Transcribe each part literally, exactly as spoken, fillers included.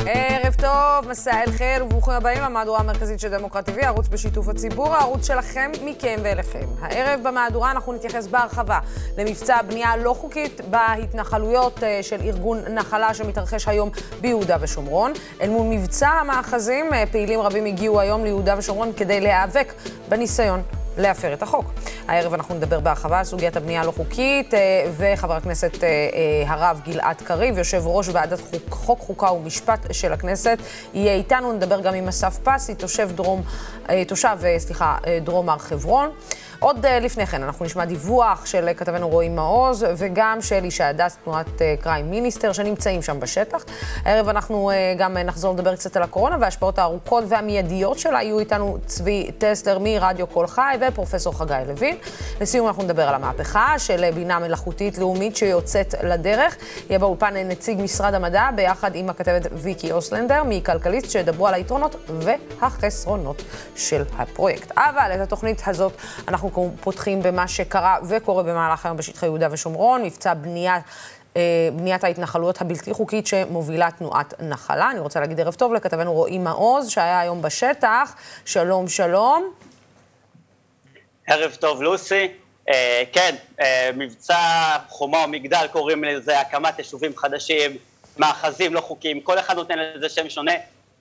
ערב טוב, מסע אל חיר וברוכים הבאים למהדורה המרכזית של דמוקרט טי וי, ערוץ בשיתוף הציבור, הערוץ שלכם, מכם ואליכם. הערב במהדורה אנחנו נתייחס בהרחבה למבצע בנייה לא חוקית בהתנחלויות של ארגון נחלה שמתרחש היום ביהודה ושומרון. אל מול מבצע המאחזים, פעילים רבים הגיעו היום ליהודה ושומרון כדי להיאבק בניסיון להפר את החוק. הערב אנחנו נדבר בהרחבה על סוגיית הבנייה הלא חוקית, וחבר הכנסת הרב גלעד קריב, יושב ראש ועדת חוק, חוקה ומשפט של הכנסת, יהיה איתנו. נדבר גם עם אסף פסי, תושב דרום, תושב, סליחה, דרום הר חברון. עוד לפני כן אנחנו נשמע דיווח של כתבנו רועי מעוז וגם של אישה הדס, תנועת קריים מיניסטר, שנמצאים שם בשטח. הערב אנחנו גם נחזור לדבר קצת על הקורונה וההשפעות הארוכות והמיידיות שלה. יהיו איתנו צבי טסלר מרדיו כל חי ופרופסור חגי לוין. לסיום אנחנו נדבר על המהפכה של בינה מלאכותית לאומית שיוצאת לדרך. יהיה באולפן נציג משרד המדע ביחד עם הכתבת ויקי אוסלנדר מכלכליסט, שידברו על היתרונות והחסרונות של הפרויקט. אבל את התוכנית הזאת אנחנו פותחים במה שקרה וקורה במהלך היום בשטחי יהודה ושומרון, מבצע בניית, בניית ההתנחלויות הבלתי חוקית שמובילה תנועת נחלה. אני רוצה להגיד ערב טוב לכתבנו רועי מעוז, שהיה היום בשטח. שלום, שלום. ערב טוב, לוסי. אה, כן, אה, מבצע חומה ומגדל, קוראים לזה הקמת יישובים חדשים, מאחזים לא חוקיים, כל אחד נותן לזה שם שונה.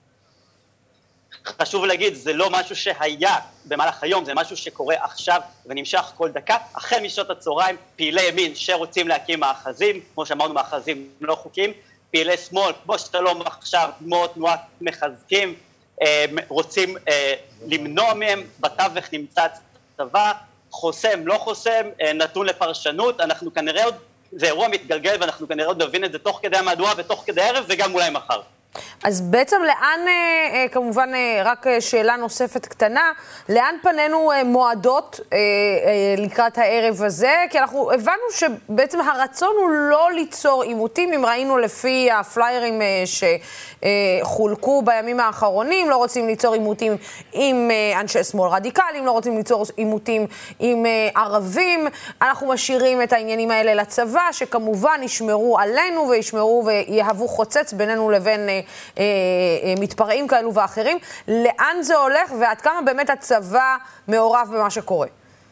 חשוב להגיד, זה לא משהו שהיה במהלך היום, זה משהו שקורה עכשיו ונמשך כל דקה. החל משעות הצהריים, פעילי ימין שרוצים להקים מאחזים, כמו שאמרנו, מאחזים לא חוקיים, פעילי שמאל, כמו שלום עכשיו, כמו תנועת מחזקים, רוצים למנוע מהם. בתווך נמצא צבא, חוסם, לא חוסם, נתון לפרשנות. אנחנו כנראה עוד, זה אירוע מתגלגל ואנחנו כנראה עוד נבין את זה תוך כדי המהדורה ותוך כדי ערב וגם אולי מחר. אז בעצם לאן, כמובן רק שאלה נוספת קטנה, לאן פנינו מועדות לקראת הערב הזה? כי אנחנו הבנו שבעצם הרצון הוא לא ליצור עימותים. אם ראינו לפי הפליירים שחולקו בימים האחרונים, לא רוצים ליצור עימותים עם אנשי שמאל רדיקליים, לא רוצים ליצור עימותים עם ערבים. אנחנו משאירים את העניינים האלה לצבא, שכמובן ישמרו עלינו וישמרו ויהוו חוצץ בינינו לבין מתפרעים כאלו ואחרים. לאן זה הולך ועד כמה באמת הצבא מעורב במה שקורה?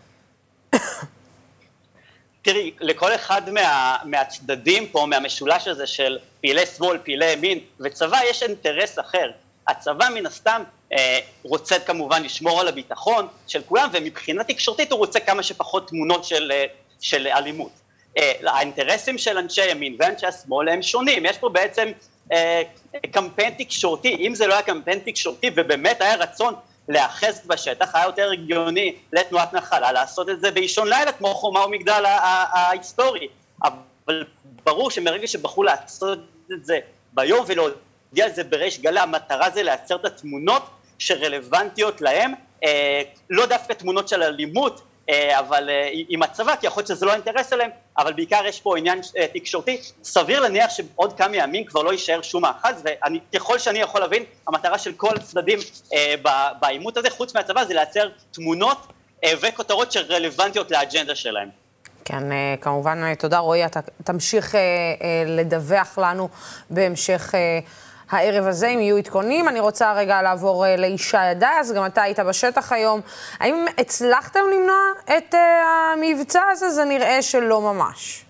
תראי, לכל אחד מה, מהצדדים פה, מהמשולש הזה של פעילי שמאל, פעילי ימין וצבא, יש אינטרס אחר. הצבא מן הסתם אה, רוצה כמובן לשמור על הביטחון של כולם, ומבחינה תקשורתית הוא רוצה כמה שפחות תמונות של, של אלימות. אה, האינטרסים של אנשי ימין ואנשי השמאל הם שונים. יש פה בעצם קמפיין תקשורתי. אם זה לא היה קמפיין תקשורתי ובאמת היה רצון לאחז בשטח, היה יותר הגיוני לתנועת נחלה לעשות את זה באישון לילה כמו חומה ומגדל ההיסטורי. אבל ברור שמרגע שבחרו לעשות את זה ביום ולהודיע על זה בריש גלי, המטרה זה לייצר את התמונות שרלוונטיות להם, לא דווקא תמונות של אלימות, אבל עם הצבא, כי יכול להיות שזה לא אינטרס אליהם, אבל בעיקר יש פה עניין תקשורתי. סביר להניח שעוד כמה ימים כבר לא יישאר שום מאחז, וככל שאני יכול להבין, המטרה של כל הצדדים בעימות הזה, חוץ מהצבא, זה לייצר תמונות וכותרות שרלוונטיות לאג'נדה שלהם. כן, כמובן, תודה רועי, אתה תמשיך לדווח לנו בהמשך הערב הזה, אם יהיו עדכונים. אני רוצה רגע לעבור לאישה הדס, גם אתה היית בשטח היום. האם הצלחתם למנוע את המבצע הזה? זה נראה שלא ממש.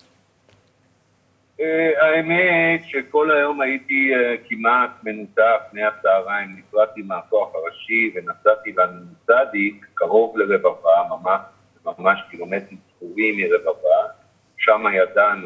האמת שכל היום הייתי כמעט מנותק פני הצהריים, נפרדתי מהכוח הראשי ונסעתי לנצדיק קרוב לרבבה, ממש, ממש קילומטרים ספורים מרבבה. שם ידענו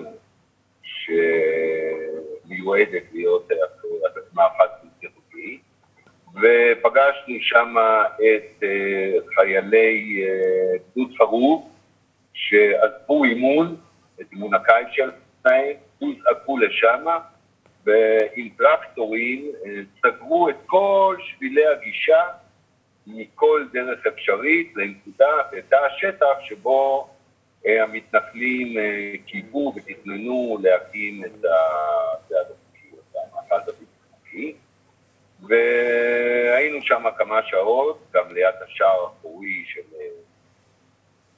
שמיועדת להיות מאחז בלתי חוקי, ופגשנו שם את חיילי גדוד חרוב שעזבו אימון, את אימון הקיץ שלהם, הוזעקו לשם, ועם טרקטורים סגרו את כל שבילי הגישה מכל דרך אפשרית לנקודה, את השטח שבו המתנחלים קיבלו ותכננו להקים את המאחז הבלתי חוקי, והיינו שם כמה שעות, גם ליד השער האחורי של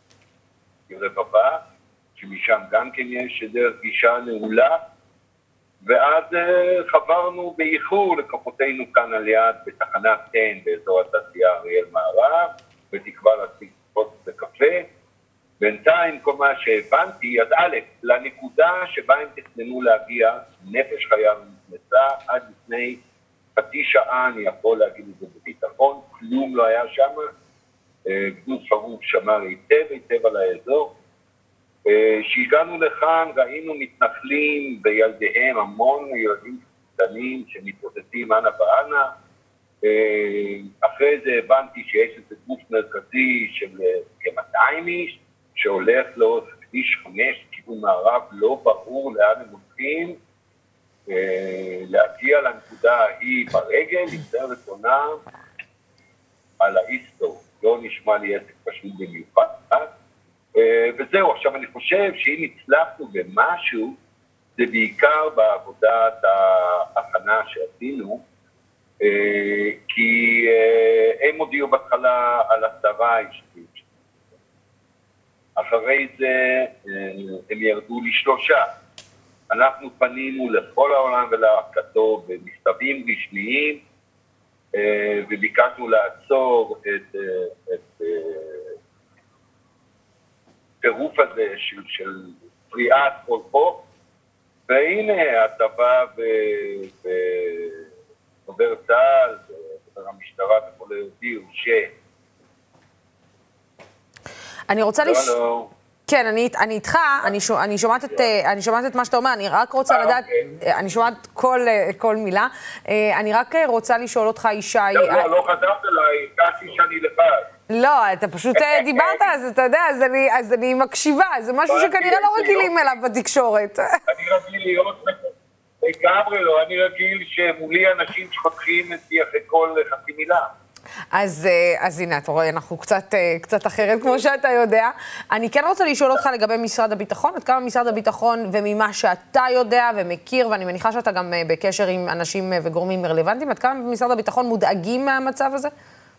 רבבה, שמשם גם כן יש דרך גישה נעולה, ואז חברנו באיחור לכוחותינו כאן על יד בתחנת תן באזור התעשייה אריאל מערב, בתקווה להשיג כוס וקפה. בינתיים כל מה שהבנתי, אז א', לנקודה שבה הם תכננו להגיע, נפש חיה נכנסה עד לפני חצי שעה, אני יכול להגיד את זה בביטחון, כלום לא היה שם, גדוד פרוב שמר היטב היטב על האזור. שהגענו לכאן ראינו מתנחלים וילדיהם, המון ילדים קטנים שמתרוצצים אנה ואנה. אחרי זה הבנתי שיש איזה גוף מרכזי של כ-מאתיים איש שהולך לאורך כביש חמש כיוון מערב, לא ברור לאן הם הולכים. להגיע לנקודה ההיא ברגל, יותר רצונה על האיסטור, לא נשמע לי עסק פשוט במיוחד. וזהו, עכשיו אני חושב שאם הצלחנו במשהו, זה בעיקר בעבודת ההכנה שעשינו, כי הם הודיעו בהתחלה על עשרה אישים. אחרי זה הם ירדו לשלושה. אנחנו פנינו לכל העולם ולהקתו במכתבים רשמיים, וביקשנו לעצור את, את טירוף הזה של, של פריעת כל חוק, והנה הצבא ודובר צה"ל ודובר המשטרה וכל היהודיו ש... אני רוצה לא, לש... לא. כן, אני, אני איתך, אני, שומע, אני, שומעת את, אני שומעת את מה שאתה אומר, אני רק רוצה לדעת, אני שומעת כל, כל מילה, אני רק רוצה לשאול אותך, ישי... לא, לא, לא חזרת אליי, קשי שאני לבד. לא, אתה פשוט דיברת, אז אתה יודע, אז אני, אז אני מקשיבה, זה משהו שכנראה לא רגילים אליו בתקשורת. אני רגיל להיות, לגמרי לא, אני רגיל שמולי אנשים שחותכים את לי אחרי כל חצי מילה. אז, אז הנה, אתה רואה, אנחנו קצת, קצת אחרת, כמו שאתה יודע. אני כן רוצה לשאול אותך לגבי משרד הביטחון, עד כמה משרד הביטחון וממה שאתה יודע ומכיר, ואני מניחה שאתה גם בקשר עם אנשים וגורמים רלוונטיים, עד כמה משרד הביטחון מודאגים מהמצב הזה?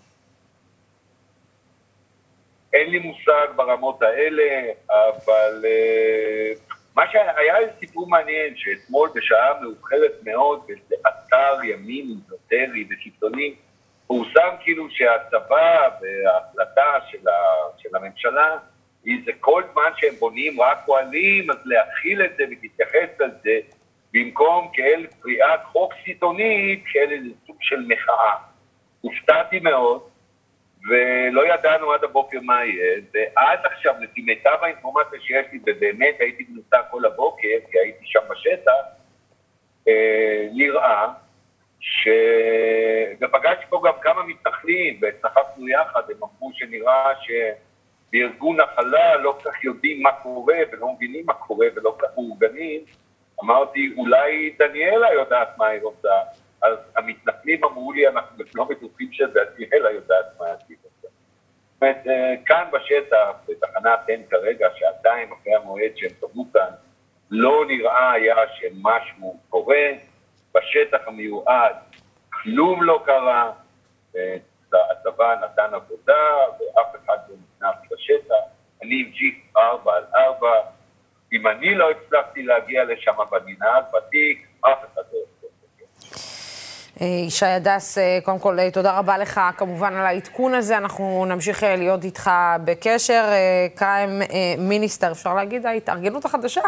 אין לי מושג ברמות האלה, אבל מה שהיה סיפור מעניין, שאתמול בשעה מאוחרת מאוד, באתר ימין איזוטרי ושלטוני, פורסם כאילו שהצבא וההחלטה של, ה, של הממשלה היא זה כל זמן שהם בונים רק פועלים, אז להכיל את זה ולהתייחס על זה, במקום כאל קריאת חוק סיטונית, כאל איזה סוג של מחאה. הופתעתי מאוד, ולא ידענו עד הבוקר מה יהיה, ועד עכשיו, לפי מיטב האינפורמציה שיש לי, ובאמת הייתי מנוסה כל הבוקר, כי הייתי שם בשטח, אה, נראה, ש... ופגשתי פה גם כמה מתנחלים, וצחקנו יחד, הם אמרו שנראה שבארגון החלה לא כך יודעים מה קורה, ולא מבינים מה קורה, ולא כך מאורגנים. אמרתי, אולי דניאלה יודעת מה היא רוצה. אז המתנחלים אמרו לי, אנחנו לא בטוחים שדניאלה יודעת מה היא רוצה. זאת אומרת, כאן בשטח, בתחנת תן כרגע, שעתיים אחרי המועד שהם קבעו כאן, לא נראה היה שמשהו קורה, בשטח המיועד כלום לא קרה, הצבא נתן עבודה ואף אחד לא נכנס בשטח. אני עם ג'יפ ארבע על ארבע, אם אני לא הצלחתי להגיע לשם בנינג, בתיק, אף אחד לא הצלחתי. ישי הדס, קודם כל תודה רבה לך כמובן על העדכון הזה, אנחנו נמשיך להיות איתך בקשר. קריים מיניסטר, אפשר להגיד, ההתארגנות החדשה.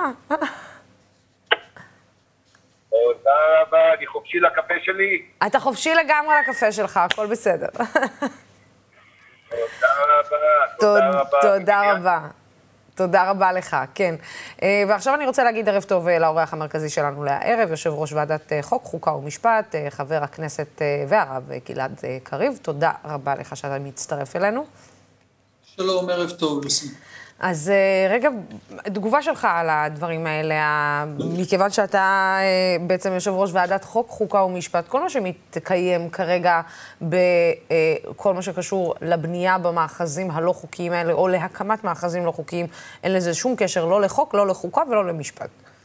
תודה רבה, אני חופשי לקפה שלי. אתה חופשי לגמרי לקפה שלך, הכל בסדר. תודה רבה, תודה רבה. תודה רבה. תודה רבה לך, כן. ועכשיו אני רוצה להגיד ערב טוב לאורח המרכזי שלנו לערב, יושב ראש ועדת חוק, חוקה ומשפט, חבר הכנסת והרב גלעד קריב. תודה רבה לך שאתה מצטרף אלינו. שלום, ערב טוב, לוסי. אז רגע, תגובה שלך על הדברים האלה, מכיוון שאתה בעצם יושב ראש ועדת חוק, חוקה ומשפט, כל מה שמתקיים כרגע בכל מה שקשור לבנייה במאחזים הלא חוקיים האלה, או להקמת מאחזים לא חוקיים, אין לזה שום קשר לא לחוק, לא לחוקה ולא למשפט.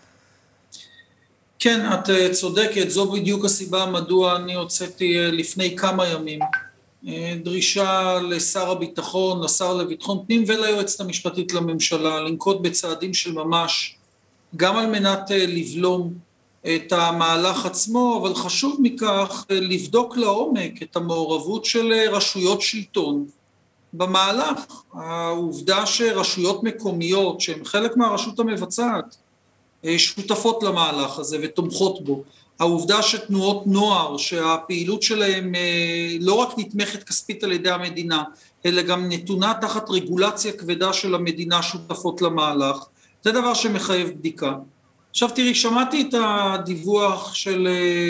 כן, את צודקת, זו בדיוק הסיבה מדוע אני הוצאתי לפני כמה ימים. דרישה לשר הביטחון, לשר לביטחון פנים וליועצת המשפטית לממשלה, לנקוט בצעדים של ממש, גם על מנת לבלום את המהלך עצמו, אבל חשוב מכך לבדוק לעומק את המעורבות של רשויות שלטון במהלך. העובדה שרשויות מקומיות, שהן חלק מהרשות המבצעת, שותפות למהלך הזה ותומכות בו. העובדה שתנועות נוער, שהפעילות שלהם לא רק נתמכת כספית על ידי המדינה, אלא גם נתונה תחת רגולציה כבדה של המדינה שותפות למהלך, זה דבר שמחייב בדיקה. עכשיו תראי, שמעתי את הדיווח של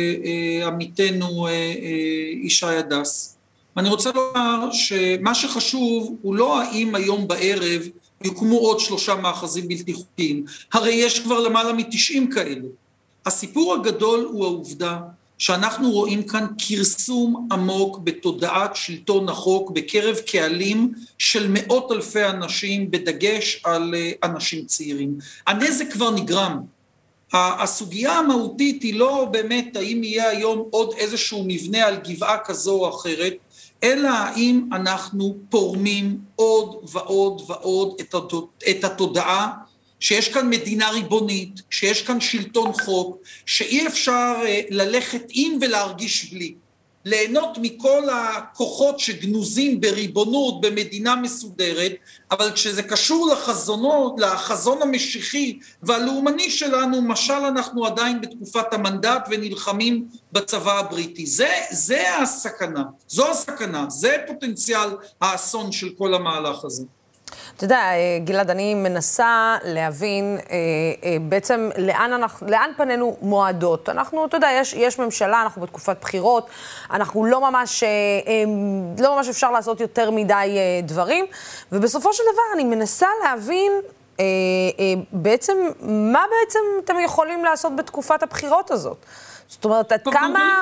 עמיתנו ישי הדס, ואני רוצה לומר שמה שחשוב הוא לא האם היום בערב יוקמו עוד שלושה מאחזים בלתי חוקיים, הרי יש כבר למעלה מ-תשעים כאלה. הסיפור הגדול הוא העובדה שאנחנו רואים כאן כרסום עמוק בתודעת שלטון החוק בקרב קהלים של מאות אלפי אנשים, בדגש על אנשים צעירים. הנזק כבר נגרם. הסוגיה המהותית היא לא באמת האם יהיה היום עוד איזשהו מבנה על גבעה כזו או אחרת, אלא האם אנחנו פורמים עוד ועוד ועוד את התודעה שיש כאן מדינה ריבונית, שיש כאן שלטון חוק, שאי אפשר ללכת עם ולהרגיש בלי, ליהנות מכל הכוחות שגנוזים בריבונות במדינה מסודרת, אבל כשזה קשור לחזונות, לחזון המשיחי והלאומני שלנו, משל אנחנו עדיין בתקופת המנדט ונלחמים בצבא הבריטי. זה, זה הסכנה, זו הסכנה, זה פוטנציאל האסון של כל המהלך הזה. אתה יודע, גלעד, אני מנסה להבין אה, בעצם לאן, אנחנו, לאן פנינו מועדות. אנחנו, אתה יודע, יש, יש ממשלה, אנחנו בתקופת בחירות, אנחנו לא ממש, אה, לא ממש אפשר לעשות יותר מדי אה, דברים, ובסופו של דבר אני מנסה להבין אה, אה, בעצם, מה בעצם אתם יכולים לעשות בתקופת הבחירות הזאת? זאת אומרת, עד כמה...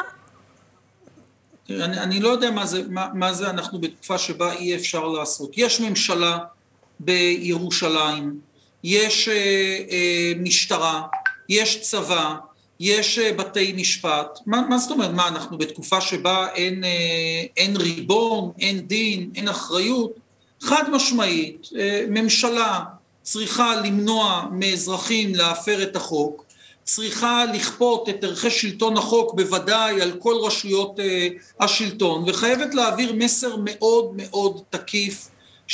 אני, אני לא יודע מה זה, מה, מה זה אנחנו בתקופה שבה אי אפשר לעשות. יש ממשלה בירושלים, יש אה, אה, משטרה, יש צבא, יש אה, בתי משפט. מה, מה זאת אומרת? מה, אנחנו בתקופה שבה אין, אה, אין ריבון, אין דין, אין אחריות? חד משמעית, אה, ממשלה צריכה למנוע מאזרחים להפר את החוק, צריכה לכפות את ערכי שלטון החוק בוודאי על כל רשויות אה, השלטון, וחייבת להעביר מסר מאוד מאוד תקיף,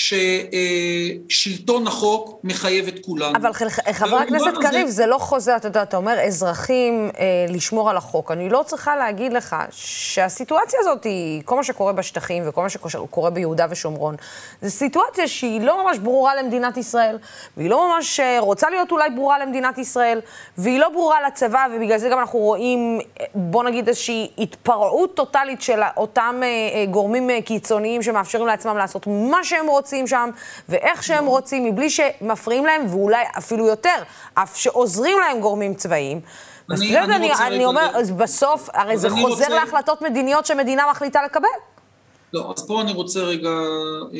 ששלטון החוק מחייב את כולנו. אבל חבר הכנסת קריב, זה לא חוזה, אתה יודע, אתה אומר אזרחים לשמור על החוק. אני לא צריכה להגיד לך שהסיטואציה הזאת היא, כל מה שקורה בשטחים וכל מה שקורה ביהודה ושומרון, זו סיטואציה שהיא לא ממש ברורה למדינת ישראל, והיא לא ממש רוצה להיות אולי ברורה למדינת ישראל, והיא לא ברורה לצבא, ובגלל זה גם אנחנו רואים, בוא נגיד איזושהי התפרעות טוטלית של אותם גורמים קיצוניים שמאפשרים לעצמם לעשות מה שהם רוצים, רוצים שם, ואיך שהם רוצים, מבלי שמפריעים להם, ואולי אפילו יותר, אף שעוזרים להם גורמים צבאיים. אני, אני, אני, אני אומר, אז בסוף, הרי זה חוזר רוצה... להחלטות מדיניות שמדינה מחליטה לקבל. לא, אז פה אני רוצה רגע אה,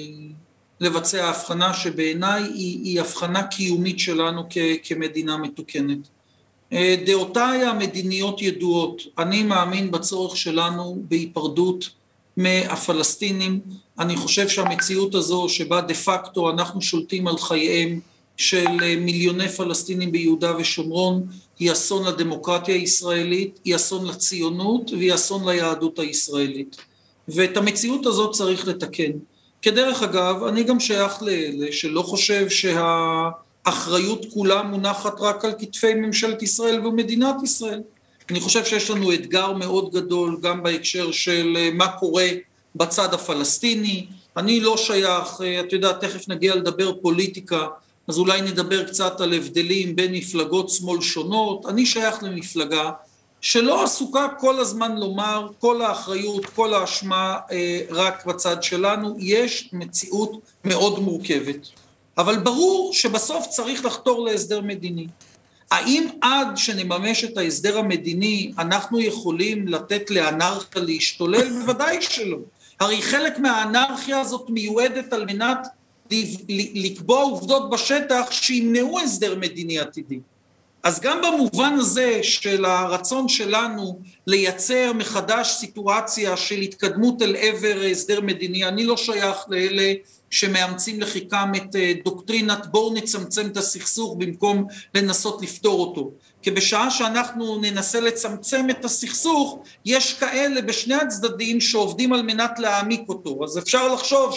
לבצע הבחנה שבעיניי היא, היא הבחנה קיומית שלנו כ, כמדינה מתוקנת. אה, דעותיי המדיניות ידועות, אני מאמין בצורך שלנו בהיפרדות מהפלסטינים. אני חושב שהמציאות הזו שבה דה פקטו אנחנו שולטים על חייהם של מיליוני פלסטינים ביהודה ושומרון, היא אסון לדמוקרטיה הישראלית, היא אסון לציונות והיא אסון ליהדות הישראלית. ואת המציאות הזאת צריך לתקן. כדרך אגב, אני גם שייך לאלה שלא חושב שהאחריות כולה מונחת רק על כתפי ממשלת ישראל ומדינת ישראל. אני חושב שיש לנו אתגר מאוד גדול גם בהקשר של מה קורה בצד הפלסטיני. אני לא שייך, אתה יודע, תכף נגיע לדבר פוליטיקה, אז אולי נדבר קצת על הבדלים בין מפלגות שמאל שונות. אני שייך למפלגה שלא עסוקה כל הזמן לומר כל האחריות, כל האשמה רק בצד שלנו. יש מציאות מאוד מורכבת, אבל ברור שבסוף צריך לחתור להסדר מדיני. האם עד שנממש את ההסדר המדיני אנחנו יכולים לתת לאנרכיה להשתולל? בוודאי שלא. הרי חלק מהאנרכיה הזאת מיועדת על מנת לקבוע עובדות בשטח שימנעו הסדר מדיני עתידי. אז גם במובן הזה של הרצון שלנו לייצר מחדש סיטואציה של התקדמות אל עבר הסדר מדיני, אני לא שייך לאלה שמאמצים לחיקם את דוקטרינת בואו נצמצם את הסכסוך במקום לנסות לפתור אותו. כי בשעה שאנחנו ננסה לצמצם את הסכסוך, יש כאלה בשני הצדדים שעובדים על מנת להעמיק אותו. אז אפשר לחשוב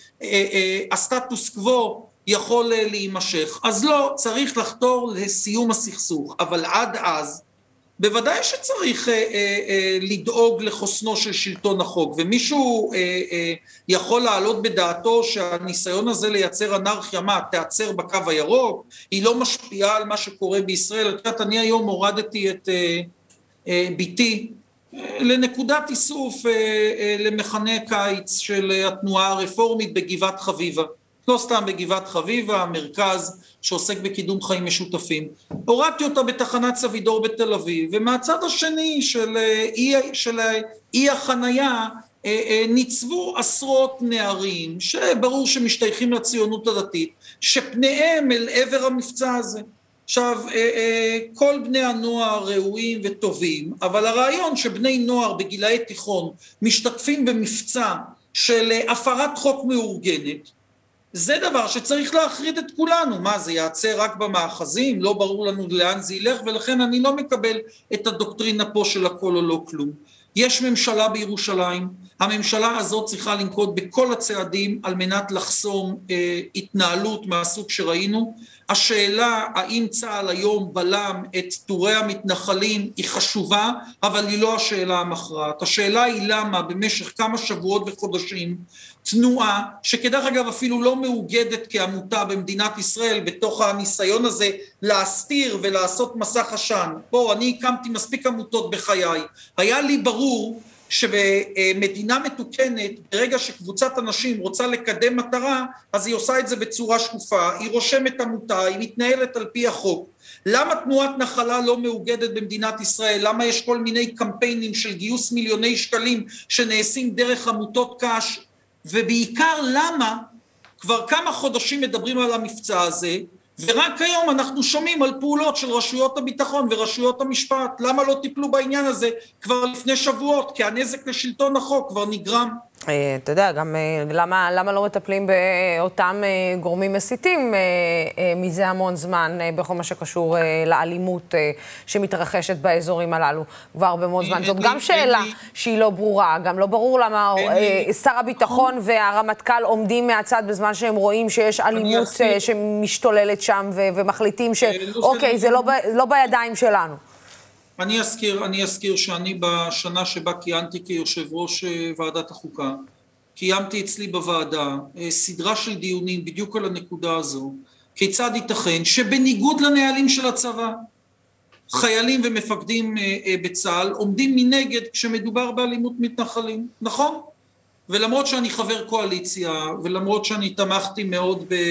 שהסטטוס קוו יכול להימשך. אז לא, צריך לחתור לסיום הסכסוך, אבל עד אז, בוודאי שצריך אה, אה, לדאוג לחוסנו של שלטון החוק, ומישהו אה, אה, יכול לעלות בדעתו שהניסיון הזה לייצר אנרכיה, מה, תיעצר בקו הירוק, היא לא משפיעה על מה שקורה בישראל. את יודעת, אני היום הורדתי את אה, אה, ביתי אה, לנקודת איסוף אה, אה, למחנה קיץ של התנועה הרפורמית בגבעת חביבה. לא סתם בגבעת חביבה, המרכז שעוסק בקידום חיים משותפים. הורדתי אותה בתחנת סבידור בתל אביב, ומהצד השני של אי, של אי החנייה ניצבו עשרות נערים, שברור שמשתייכים לציונות הדתית, שפניהם אל עבר המבצע הזה. עכשיו, כל בני הנוער ראויים וטובים, אבל הרעיון שבני נוער בגילאי תיכון משתתפים במבצע של הפרת חוק מאורגנת, זה דבר שצריך להחריד את כולנו. מה, זה יעצר רק במאחזים? לא ברור לנו לאן זה ילך, ולכן אני לא מקבל את הדוקטרינה פה של הכל או לא כלום. יש ממשלה בירושלים, הממשלה הזאת צריכה לנקוט בכל הצעדים על מנת לחסום אה, התנהלות מהסוג שראינו. השאלה האם צה"ל היום בלם את תורי המתנחלים היא חשובה, אבל היא לא השאלה המכרעת. השאלה היא למה במשך כמה שבועות וחודשים תנועה, שכדרך אגב אפילו לא מאוגדת כעמותה במדינת ישראל, בתוך הניסיון הזה להסתיר ולעשות מסך עשן. פה אני הקמתי מספיק עמותות בחיי, היה לי ברור שבמדינה מתוקנת, ברגע שקבוצת אנשים רוצה לקדם מטרה, אז היא עושה את זה בצורה שקופה, היא רושמת עמותה, היא מתנהלת על פי החוק. למה תנועת נחלה לא מאוגדת במדינת ישראל? למה יש כל מיני קמפיינים של גיוס מיליוני שקלים שנעשים דרך עמותות קש? ובעיקר למה כבר כמה חודשים מדברים על המבצע הזה, ורק היום אנחנו שומעים על פעולות של רשויות הביטחון ורשויות המשפט? למה לא טיפלו בעניין הזה כבר לפני שבועות? כי הנזק לשלטון החוק כבר נגרם. אתה יודע, גם למה, למה לא מטפלים באותם גורמים מסיתים מזה המון זמן בכל מה שקשור לאלימות שמתרחשת באזורים הללו כבר הרבה מאוד זמן? זאת גם שאלה שהיא לא ברורה, גם לא ברור למה שר הביטחון והרמטכ"ל עומדים מהצד בזמן שהם רואים שיש אלימות שמשתוללת שם ומחליטים שאוקיי, זה לא בידיים שלנו. אני אזכיר, אני אזכיר שאני בשנה שבה כיהנתי כיושב ראש ועדת החוקה, קיימתי אצלי בוועדה סדרה של דיונים בדיוק על הנקודה הזו, כיצד ייתכן שבניגוד לנהלים של הצבא, חיילים ומפקדים בצה"ל עומדים מנגד כשמדובר באלימות מתנחלים, נכון? ולמרות שאני חבר קואליציה, ולמרות שאני תמכתי מאוד ב...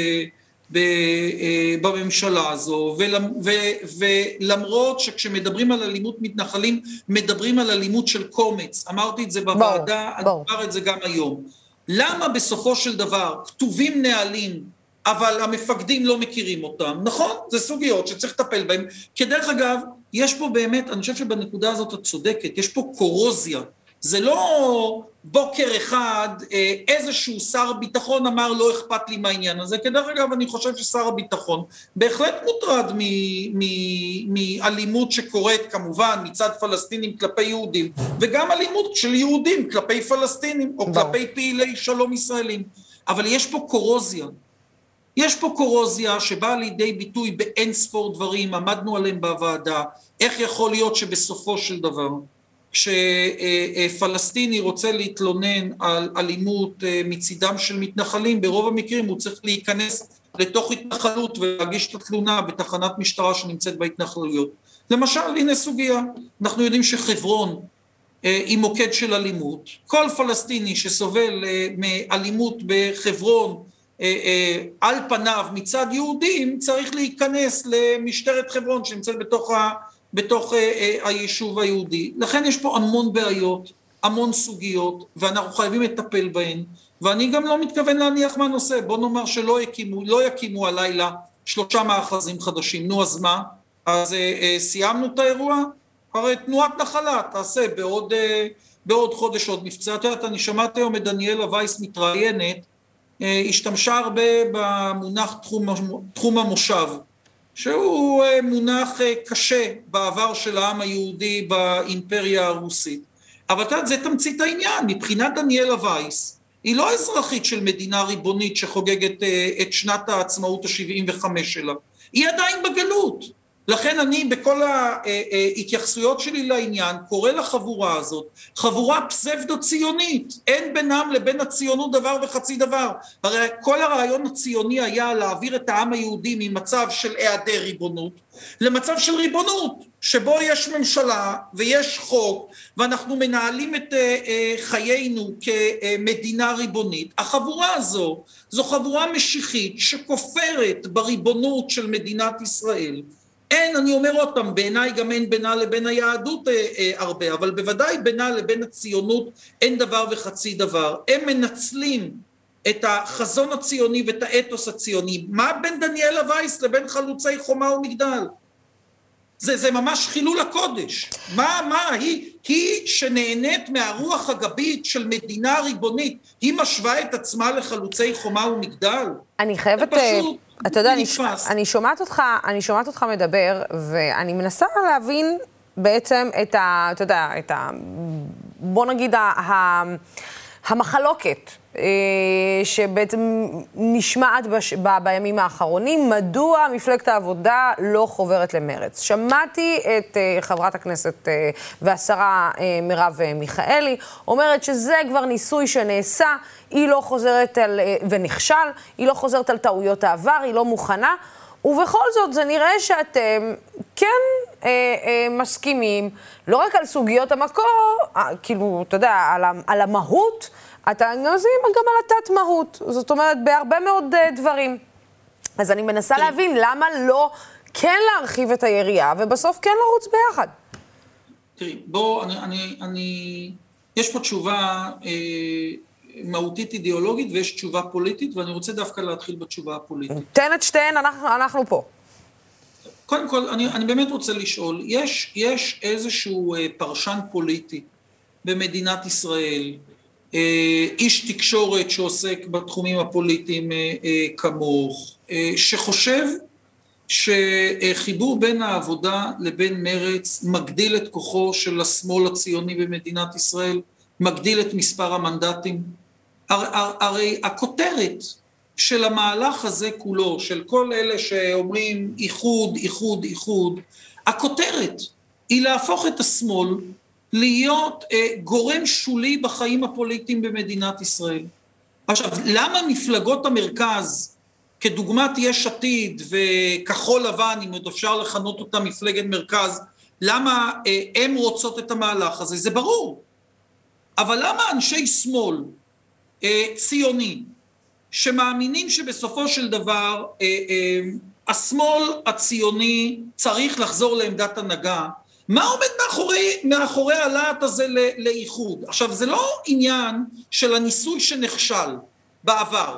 בממשלה הזו, ולמרות שכשמדברים על אלימות מתנחלים, מדברים על אלימות של קומץ, אמרתי את זה בוועדה, אני אומר את זה גם היום. למה בסופו של דבר כתובים נהלים, אבל המפקדים לא מכירים אותם? נכון, זה סוגיות שצריך לטפל בהם, כדרך אגב, יש פה באמת, אני חושב שבנקודה הזאת את צודקת, יש פה קורוזיה, זה לא בוקר אחד איזשהו שר ביטחון אמר לא אכפת לי מהעניין הזה, כדרך אגב אני חושב ששר הביטחון בהחלט מוטרד מאלימות שקורית כמובן מצד פלסטינים כלפי יהודים, וגם אלימות של יהודים כלפי פלסטינים או כלפי פעילי שלום ישראלים, אבל יש פה קורוזיה, יש פה קורוזיה שבאה לידי ביטוי באין ספור דברים, עמדנו עליהם בוועדה, איך יכול להיות שבסופו של דבר כשפלסטיני רוצה להתלונן על אלימות מצידם של מתנחלים, ברוב המקרים הוא צריך להיכנס לתוך התנחלות ולהגיש את התלונה בתחנת משטרה שנמצאת בהתנחלויות. למשל, הנה סוגיה, אנחנו יודעים שחברון היא מוקד של אלימות, כל פלסטיני שסובל מאלימות בחברון על פניו מצד יהודים צריך להיכנס למשטרת חברון שנמצאת בתוך ה... בתוך היישוב היהודי. לכן יש פה המון בעיות, המון סוגיות, ואנחנו חייבים לטפל בהן, ואני גם לא מתכוון להניח מהנושא, בוא נאמר שלא יקימו, לא יקימו הלילה שלושה מאחזים חדשים, נו אז מה? אז סיימנו את האירוע, הרי תנועת נחלה תעשה בעוד, בעוד חודש עוד מבצע. את יודעת, אני שמעתי היום את דניאלה וייס מתראיינת, השתמשה הרבה במונח תחום, תחום המושב, שהוא מונח קשה בעבר של העם היהודי באימפריה הרוסית. אבל אתה יודע, זה תמצית העניין, מבחינת דניאלה וייס, היא לא אזרחית של מדינה ריבונית שחוגגת את שנת העצמאות ה-שבעים וחמש שלה, היא עדיין בגלות. לכן אני בכל ההתייחסויות שלי לעניין קורא לחבורה הזאת חבורה פסבדו-ציונית, אין בינם לבין הציונות דבר וחצי דבר. הרי כל הרעיון הציוני היה להעביר את העם היהודי ממצב של היעדר ריבונות למצב של ריבונות, שבו יש ממשלה ויש חוק ואנחנו מנהלים את חיינו כמדינה ריבונית. החבורה הזו זו חבורה משיחית שכופרת בריבונות של מדינת ישראל. אין, אני אומר עוד פעם, בעיניי גם אין בינה לבין היהדות אה, אה, הרבה, אבל בוודאי בינה לבין הציונות אין דבר וחצי דבר. הם מנצלים את החזון הציוני ואת האתוס הציוני. מה בין דניאלה וייס לבין חלוצי חומה ומגדל? זה, זה ממש חילול הקודש. מה, מה, היא, היא שנהנית מהרוח הגבית של מדינה ריבונית, היא משווה את עצמה לחלוצי חומה ומגדל? אני חייבת... פשוט... אתה יודע, אני, אני שומעת אותך, אני שומעת אותך מדבר, ואני מנסה להבין בעצם את ה, אתה יודע, את ה, בוא נגיד, ה, ה, המחלוקת, שבעצם נשמעת בש, ב, בימים האחרונים, מדוע מפלגת העבודה לא חוברת למרץ. שמעתי את חברת הכנסת והשרה מרב מיכאלי, אומרת שזה כבר ניסוי שנעשה, היא לא חוזרת על, ונכשל, היא לא חוזרת על טעויות העבר, היא לא מוכנה, ובכל זאת זה נראה שאתם כן אה, אה, מסכימים, לא רק על סוגיות המקור, אה, כאילו, אתה יודע, על, על המהות, אתה מזים גם על התת מהות, זאת אומרת, בהרבה מאוד אה, דברים. אז אני מנסה תראי. להבין למה לא כן להרחיב את היריעה, ובסוף כן לרוץ ביחד. תראי, בוא, אני, אני, אני, יש פה תשובה... אה, מהותית אידיאולוגית ויש תשובה פוליטית, ואני רוצה דווקא להתחיל בתשובה הפוליטית. תן את שתיהן, אנחנו, אנחנו פה. קודם כל, אני, אני באמת רוצה לשאול, יש, יש איזשהו אה, פרשן פוליטי במדינת ישראל, אה, איש תקשורת שעוסק בתחומים הפוליטיים אה, אה, כמוך, אה, שחושב שחיבור בין העבודה לבין מרץ מגדיל את כוחו של השמאל הציוני במדינת ישראל, מגדיל את מספר המנדטים. הרי, הרי הכותרת של המהלך הזה כולו, של כל אלה שאומרים איחוד, איחוד, איחוד, הכותרת היא להפוך את השמאל להיות אה, גורם שולי בחיים הפוליטיים במדינת ישראל. עכשיו, למה מפלגות המרכז, כדוגמת יש עתיד וכחול לבן, אם עוד אפשר לכנות אותה מפלגת מרכז, למה אה, הם רוצות את המהלך הזה? זה ברור. אבל למה אנשי שמאל אה, ציוני, שמאמינים שבסופו של דבר אה, אה, השמאל הציוני צריך לחזור לעמדת הנהגה, מה עומד מאחורי, מאחורי הלהט הזה לאיחוד? עכשיו, זה לא עניין של הניסוי שנכשל בעבר.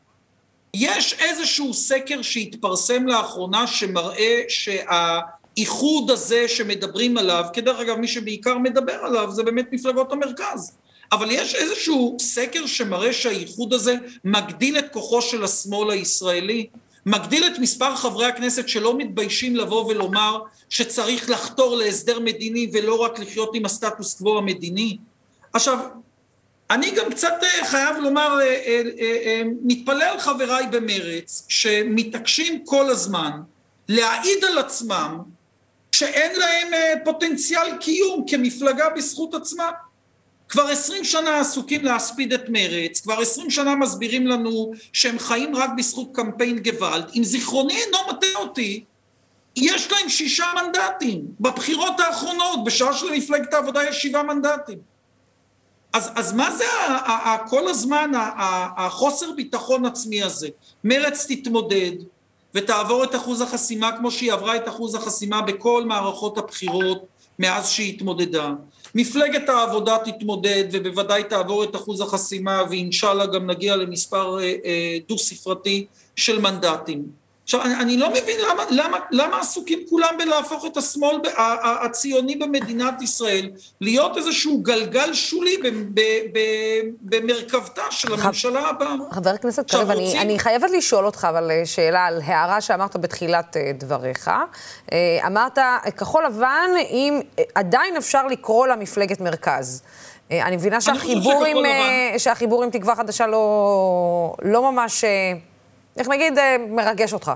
יש איזשהו סקר שהתפרסם לאחרונה שמראה שהאיחוד הזה שמדברים עליו, כדרך אגב מי שבעיקר מדבר עליו זה באמת מפלגות המרכז, אבל יש איזשהו סקר שמראה שהאיחוד הזה מגדיל את כוחו של השמאל הישראלי, מגדיל את מספר חברי הכנסת שלא מתביישים לבוא ולומר שצריך לחתור להסדר מדיני ולא רק לחיות עם הסטטוס קוו המדיני. עכשיו, אני גם קצת חייב לומר, מתפלא על חבריי במרץ, שמתעקשים כל הזמן להעיד על עצמם שאין להם פוטנציאל קיום כמפלגה בזכות עצמה. כבר עשרים שנה עסוקים להספיד את מרץ, כבר עשרים שנה מסבירים לנו שהם חיים רק בזכות קמפיין גוואלד. אם זיכרוני אינו מטעה אותי, יש להם שישה מנדטים בבחירות האחרונות, בשעה שלמפלגת העבודה יש שבעה מנדטים. אז, אז מה זה ה, ה, ה, כל הזמן ה, ה, החוסר ביטחון עצמי הזה? מרץ תתמודד ותעבור את אחוז החסימה כמו שהיא עברה את אחוז החסימה בכל מערכות הבחירות מאז שהיא התמודדה. מפלגת העבודה תתמודד ובוודאי תעבור את אחוז החסימה ואינשאללה גם נגיע למספר אה, אה, דו ספרתי של מנדטים. עכשיו, אני, אני לא מבין למה, למה, למה עסוקים כולם בלהפוך את השמאל הציוני במדינת ישראל, להיות איזשהו גלגל שולי במרכבתה של הממשלה הבאה. חבר הכנסת קריב, אני, רוצים... אני חייבת לשאול אותך, אבל שאלה על הערה שאמרת בתחילת דבריך. אמרת, כחול לבן, אם עדיין אפשר לקרוא לה מפלגת מרכז. אני מבינה שהחיבור עם, שהחיבור עם תקווה חדשה לא, לא ממש... איך נגיד, מרגש אותך?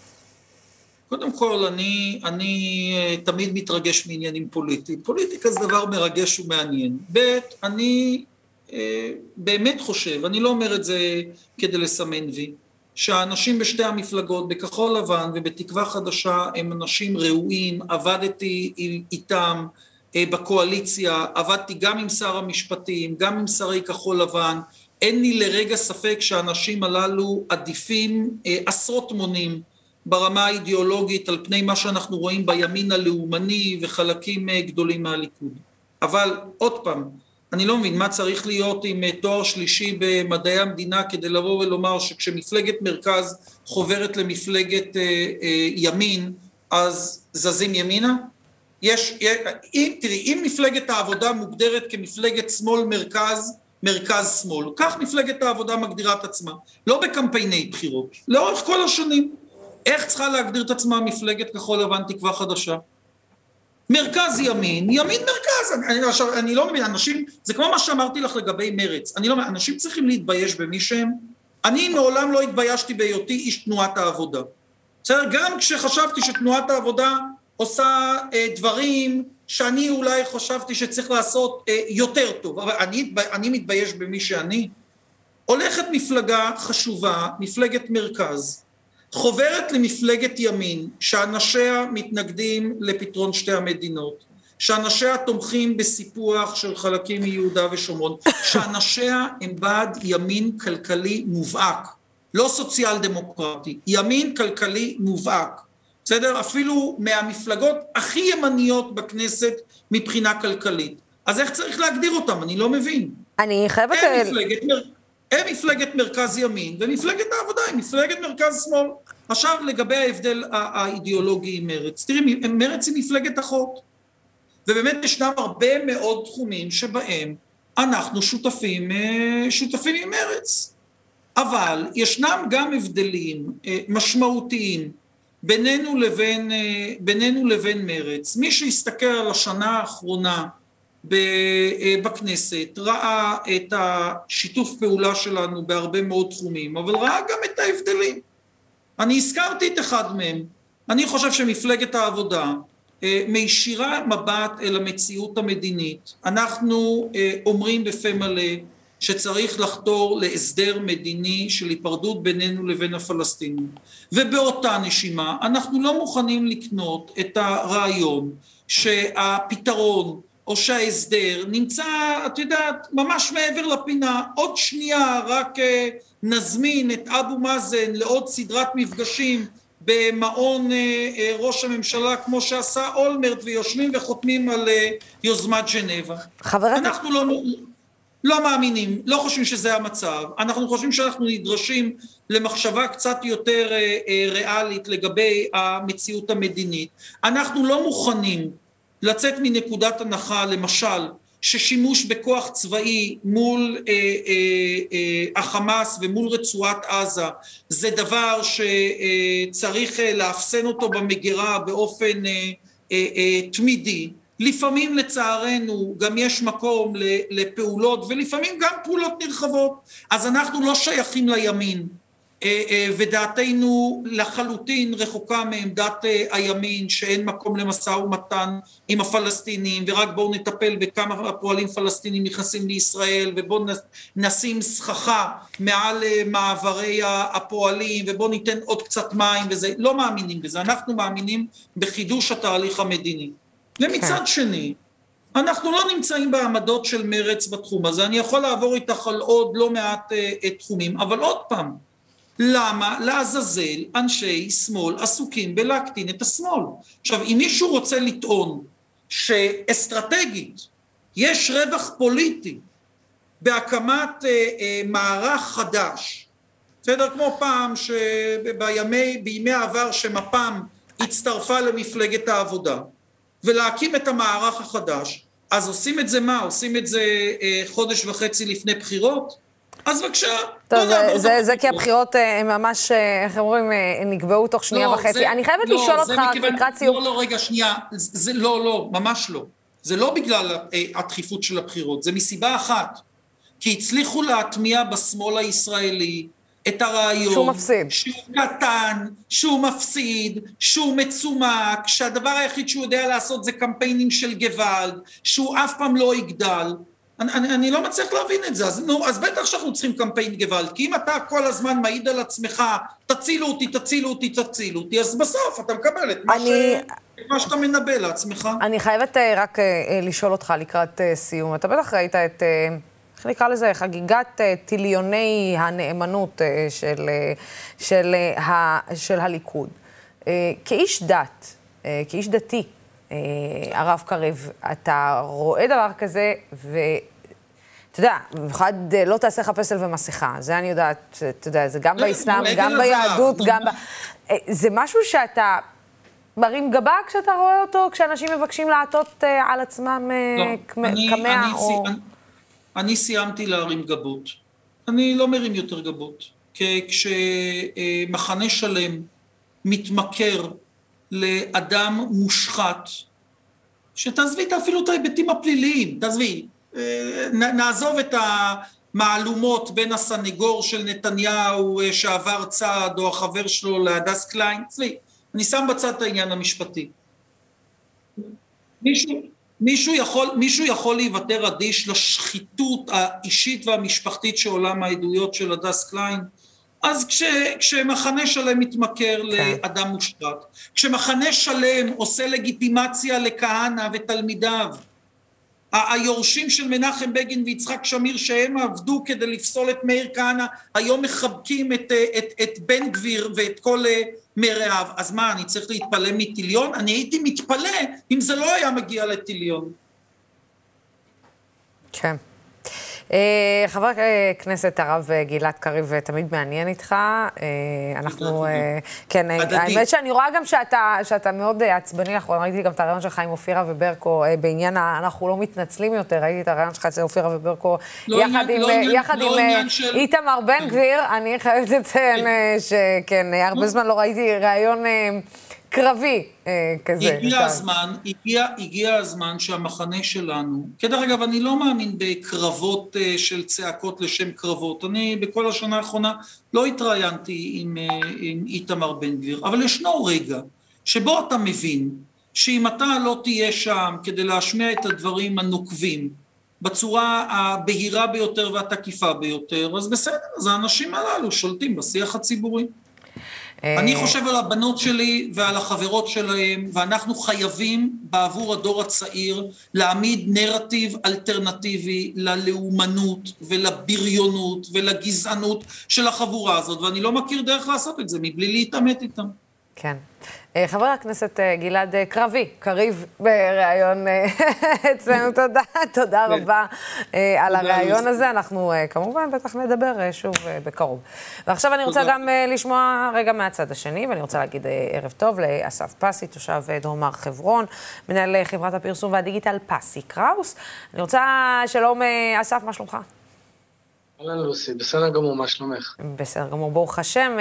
קודם כל, אני, אני תמיד מתרגש מעניינים פוליטיים. פוליטיקה זה דבר מרגש ומעניין. ב', אני אה, באמת חושב, אני לא אומר את זה כדי לסמן וי, שהאנשים בשתי המפלגות, בכחול לבן ובתקווה חדשה, הם אנשים ראויים, עבדתי איתם אה, בקואליציה, עבדתי גם עם שר המשפטים, גם עם שרי כחול לבן, אין לי לרגע ספק שהאנשים הללו עדיפים אה, עשרות מונים ברמה האידיאולוגית על פני מה שאנחנו רואים בימין הלאומני וחלקים אה, גדולים מהליכוד. אבל עוד פעם, אני לא מבין מה צריך להיות עם אה, תואר שלישי במדעי המדינה כדי לבוא ולומר שכשמפלגת מרכז חוברת למפלגת אה, אה, ימין, אז זזים ימינה? יש, אם, תראי, אם מפלגת העבודה מוגדרת כמפלגת שמאל מרכז, מרכז שמאל, כך מפלגת העבודה מגדירה את עצמה, לא בקמפייני בחירות, לאורך כל השנים. איך צריכה להגדיר את עצמה מפלגת כחול לבן תקווה חדשה? מרכז ימין, ימין מרכז, אני, אני, אני לא מבין, אנשים, זה כמו מה שאמרתי לך לגבי מרץ, אני לא מבין, אנשים צריכים להתבייש במי שהם, אני מעולם לא התביישתי בהיותי איש תנועת העבודה, בסדר? גם כשחשבתי שתנועת העבודה עושה אה, דברים שאני אולי חשבתי שצריך לעשות אה, יותר טוב, אבל אני, אני מתבייש במי שאני. הולכת מפלגה חשובה, מפלגת מרכז, חוברת למפלגת ימין, שאנשיה מתנגדים לפתרון שתי המדינות, שאנשיה תומכים בסיפוח של חלקים מיהודה ושומרון, שאנשיה הם בעד ימין כלכלי מובהק, לא סוציאל דמוקרטי, ימין כלכלי מובהק. בסדר? אפילו מהמפלגות הכי ימניות בכנסת מבחינה כלכלית. אז איך צריך להגדיר אותם? אני לא מבין. אני חייבת... הם מפלגת, מר... הם מפלגת מרכז ימין, ומפלגת העבודה היא מפלגת מרכז שמאל. עכשיו לגבי ההבדל האידיאולוגי עם מרץ. תראי, מרץ היא מפלגת אחות. ובאמת ישנם הרבה מאוד תחומים שבהם אנחנו שותפים, שותפים עם מרץ. אבל ישנם גם הבדלים משמעותיים, בינינו לבין, בינינו לבין מרץ. מי שיסתכל על השנה האחרונה בכנסת, ראה את השיתוף פעולה שלנו בהרבה מאוד תחומים, אבל ראה גם את ההבדלים. אני הזכרתי את אחד מהם. אני חושב שמפלגת העבודה מישירה מבט אל המציאות המדינית. אנחנו אומרים בפה מלא שצריך לחתור להסדר מדיני של היפרדות בינינו לבין הפלסטינים. ובאותה נשימה אנחנו לא מוכנים לקנות את הרעיון שהפתרון או שההסדר נמצא, את יודעת, ממש מעבר לפינה. עוד שנייה רק נזמין את אבו מאזן לעוד סדרת מפגשים במעון ראש הממשלה כמו שעשה אולמרט, ויושבים וחותמים על יוזמת ז'נבה. אנחנו לא... לא מאמינים, לא חושבים שזה המצב, אנחנו חושבים שאנחנו נדרשים למחשבה קצת יותר ריאלית לגבי המציאות המדינית. אנחנו לא מוכנים לצאת מנקודת הנחה, למשל, ששימוש בכוח צבאי מול אה, אה, אה, החמאס ומול רצועת עזה, זה דבר שצריך לאפסן אותו במגירה באופן אה, אה, אה, תמידי. לפעמים לצערנו גם יש מקום לפעולות, ולפעמים גם פעולות נרחבות. אז אנחנו לא שייכים לימין, ודעתנו לחלוטין רחוקה מעמדת הימין, שאין מקום למשא ומתן עם הפלסטינים, ורק בואו נטפל בכמה פועלים פלסטינים נכנסים לישראל, ובואו נשים סככה מעל מעברי הפועלים, ובואו ניתן עוד קצת מים, וזה, לא מאמינים בזה. אנחנו מאמינים בחידוש התהליך המדיני. ומצד שני, אנחנו לא נמצאים בעמדות של מרץ בתחום הזה. אני יכול לעבור איתך על עוד לא מעט uh, תחומים, אבל עוד פעם, למה לעזאזל אנשי שמאל עסוקים בלהקטין את השמאל? עכשיו, אם מישהו רוצה לטעון שאסטרטגית יש רווח פוליטי בהקמת uh, uh, מערך חדש בסדר, כמו פעם שבימי, בימי העבר שמפ"ם הצטרפה למפלגת העבודה, ולהקים את המערך החדש, אז עושים את זה מה? עושים את זה אה, חודש וחצי לפני בחירות? אז בבקשה, טוב, זה, זה, זה כי הבחירות הם ממש, איך אומרים, נקבעו תוך שנייה לא, וחצי. זה, אני חייבת לא, לשאול אותך לקראת סיום. לא, לא, רגע, שנייה, זה, לא, לא, ממש לא. זה לא בגלל אה, הדחיפות של הבחירות, זה מסיבה אחת. כי הצליחו להטמיע בשמאל הישראלי את הרעיון שהוא מפסיד. שהוא קטן, שהוא מפסיד, שהוא מצומק, שהדבר היחיד שהוא יודע לעשות זה קמפיינים של גוואלד, שהוא אף פעם לא יגדל. אני, אני, אני לא מצליח להבין את זה, אז, נו, אז בטח שאנחנו צריכים קמפיין גוואלד, כי אם אתה כל הזמן מעיד על עצמך, תצילו אותי, תצילו אותי, תצילו אותי, אז בסוף אתה מקבל את מה, אני... ש... את מה שאתה מנבא לעצמך. אני חייבת רק לשאול אותך לקראת סיום. אתה בטח ראית את... איך נקרא לזה? חגיגת טיליוני הנאמנות של, של, של הליכוד. כאיש דת, כאיש דתי, הרב קריב, אתה רואה דבר כזה, ואתה יודע, במיוחד לא תעשה לך פסל ומסכה, זה אני יודעת, אתה יודע, זה גם באסלאם, גם ביהדות, גם ב... זה משהו שאתה מרים גבה כשאתה רואה אותו, כשאנשים מבקשים לעטות על עצמם כמאה או... אני סיימתי להרים גבות. אני לא מרים יותר גבות. כי כשמחנה שלם מתמכר לאדם מושחת, שתעזבי אפילו את ההיבטים הפליליים, תעזבי, נעזוב את המעלומות בין הסנגור של נתניהו שעבר צעד, או החבר שלו להדס קליין, תעזבי, אני שם בצד את העניין המשפטי. מישהו... מישהו יכול, מישהו יכול להיוותר אדיש לשחיתות האישית והמשפחתית שעולה מהעדויות של הדס קליין? אז כש, כשמחנה שלם מתמכר לאדם מושחת, כשמחנה שלם עושה לגיטימציה לכהנא ותלמידיו, היורשים של מנחם בגין ויצחק שמיר שהם עבדו כדי לפסול את מאיר כהנא, היום מחבקים את, את, את בן גביר ואת כל מרעיו, אז מה, אני צריך להתפלא מטיליון? אני הייתי מתפלא אם זה לא היה מגיע לטיליון. כן. חבר הכנסת הרב גלעד קריב תמיד מעניין איתך, אנחנו, כן, האמת שאני רואה גם שאתה מאוד עצבני, ראיתי גם את הרעיון שלך עם אופירה וברקו, בעניין אנחנו לא מתנצלים יותר, ראיתי את הרעיון שלך אצל אופירה וברקו, יחד עם איתמר בן גביר, אני חייבת לציין שכן, הרבה זמן לא ראיתי רעיון קרבי כזה. הגיע הזמן, הגיע, הגיע הזמן שהמחנה שלנו, כדרך אגב, אני לא מאמין בקרבות של צעקות לשם קרבות, אני בכל השנה האחרונה לא התראיינתי עם, עם איתמר בן גביר, אבל ישנו רגע שבו אתה מבין שאם אתה לא תהיה שם כדי להשמיע את הדברים הנוקבים, בצורה הבהירה ביותר והתקיפה ביותר, אז בסדר, אז האנשים הללו שולטים בשיח הציבורי. אני חושב על הבנות שלי ועל החברות שלהם, ואנחנו חייבים בעבור הדור הצעיר להעמיד נרטיב אלטרנטיבי ללאומנות ולבריונות ולגזענות של החבורה הזאת, ואני לא מכיר דרך לעשות את זה מבלי להתעמת איתם. כן. חבר הכנסת גלעד קרבי, קריב בראיון אצלנו, תודה, תודה רבה על הראיון הזה, אנחנו כמובן בטח נדבר שוב בקרוב. ועכשיו אני רוצה גם לשמוע רגע מהצד השני, ואני רוצה להגיד ערב טוב לאסף פסי, תושב דרום הר חברון, מנהל חברת הפרסום והדיגיטל פסי קראוס. אני רוצה, שלום אסף, מה שלומך? אהלן לוסי, בסדר גמור, מה שלומך? בסדר גמור, ברוך השם.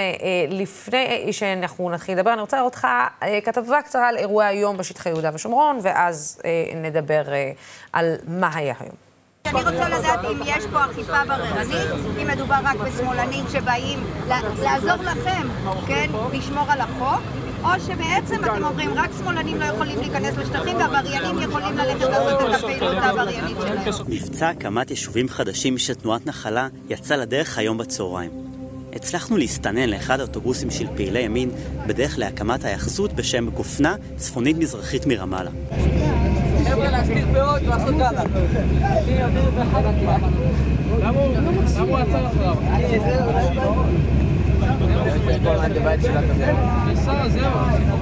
לפני שאנחנו נתחיל לדבר, אני רוצה לראות אותך כתבה קצרה על אירועי היום בשטחי יהודה ושומרון, ואז נדבר על מה היה היום. אני רוצה לדעת אם יש פה אכיפה בררנית, אם מדובר רק בשמאלנים שבאים לעזור לכם, כן, לשמור על החוק, או שבעצם אתם אומרים, רק שמאלנים לא יכולים להיכנס לשטחים, והעבריינים יכולים ללכת לעשות את הפעילות העבריינית שלהם. מבצע הקמת יישובים חדשים של תנועת נחלה יצא לדרך היום בצהריים. הצלחנו להסתנן לאחד האוטובוסים של פעילי ימין בדרך להקמת היחסות בשם גופנה, צפונית מזרחית מרמאללה. חבר'ה, להסתיר פאות ולעשות גלה. אני אעביר באחד הכלל. למה הוא עצר אחריו? יש פה עד לבית של הכזה. נסע, זהו.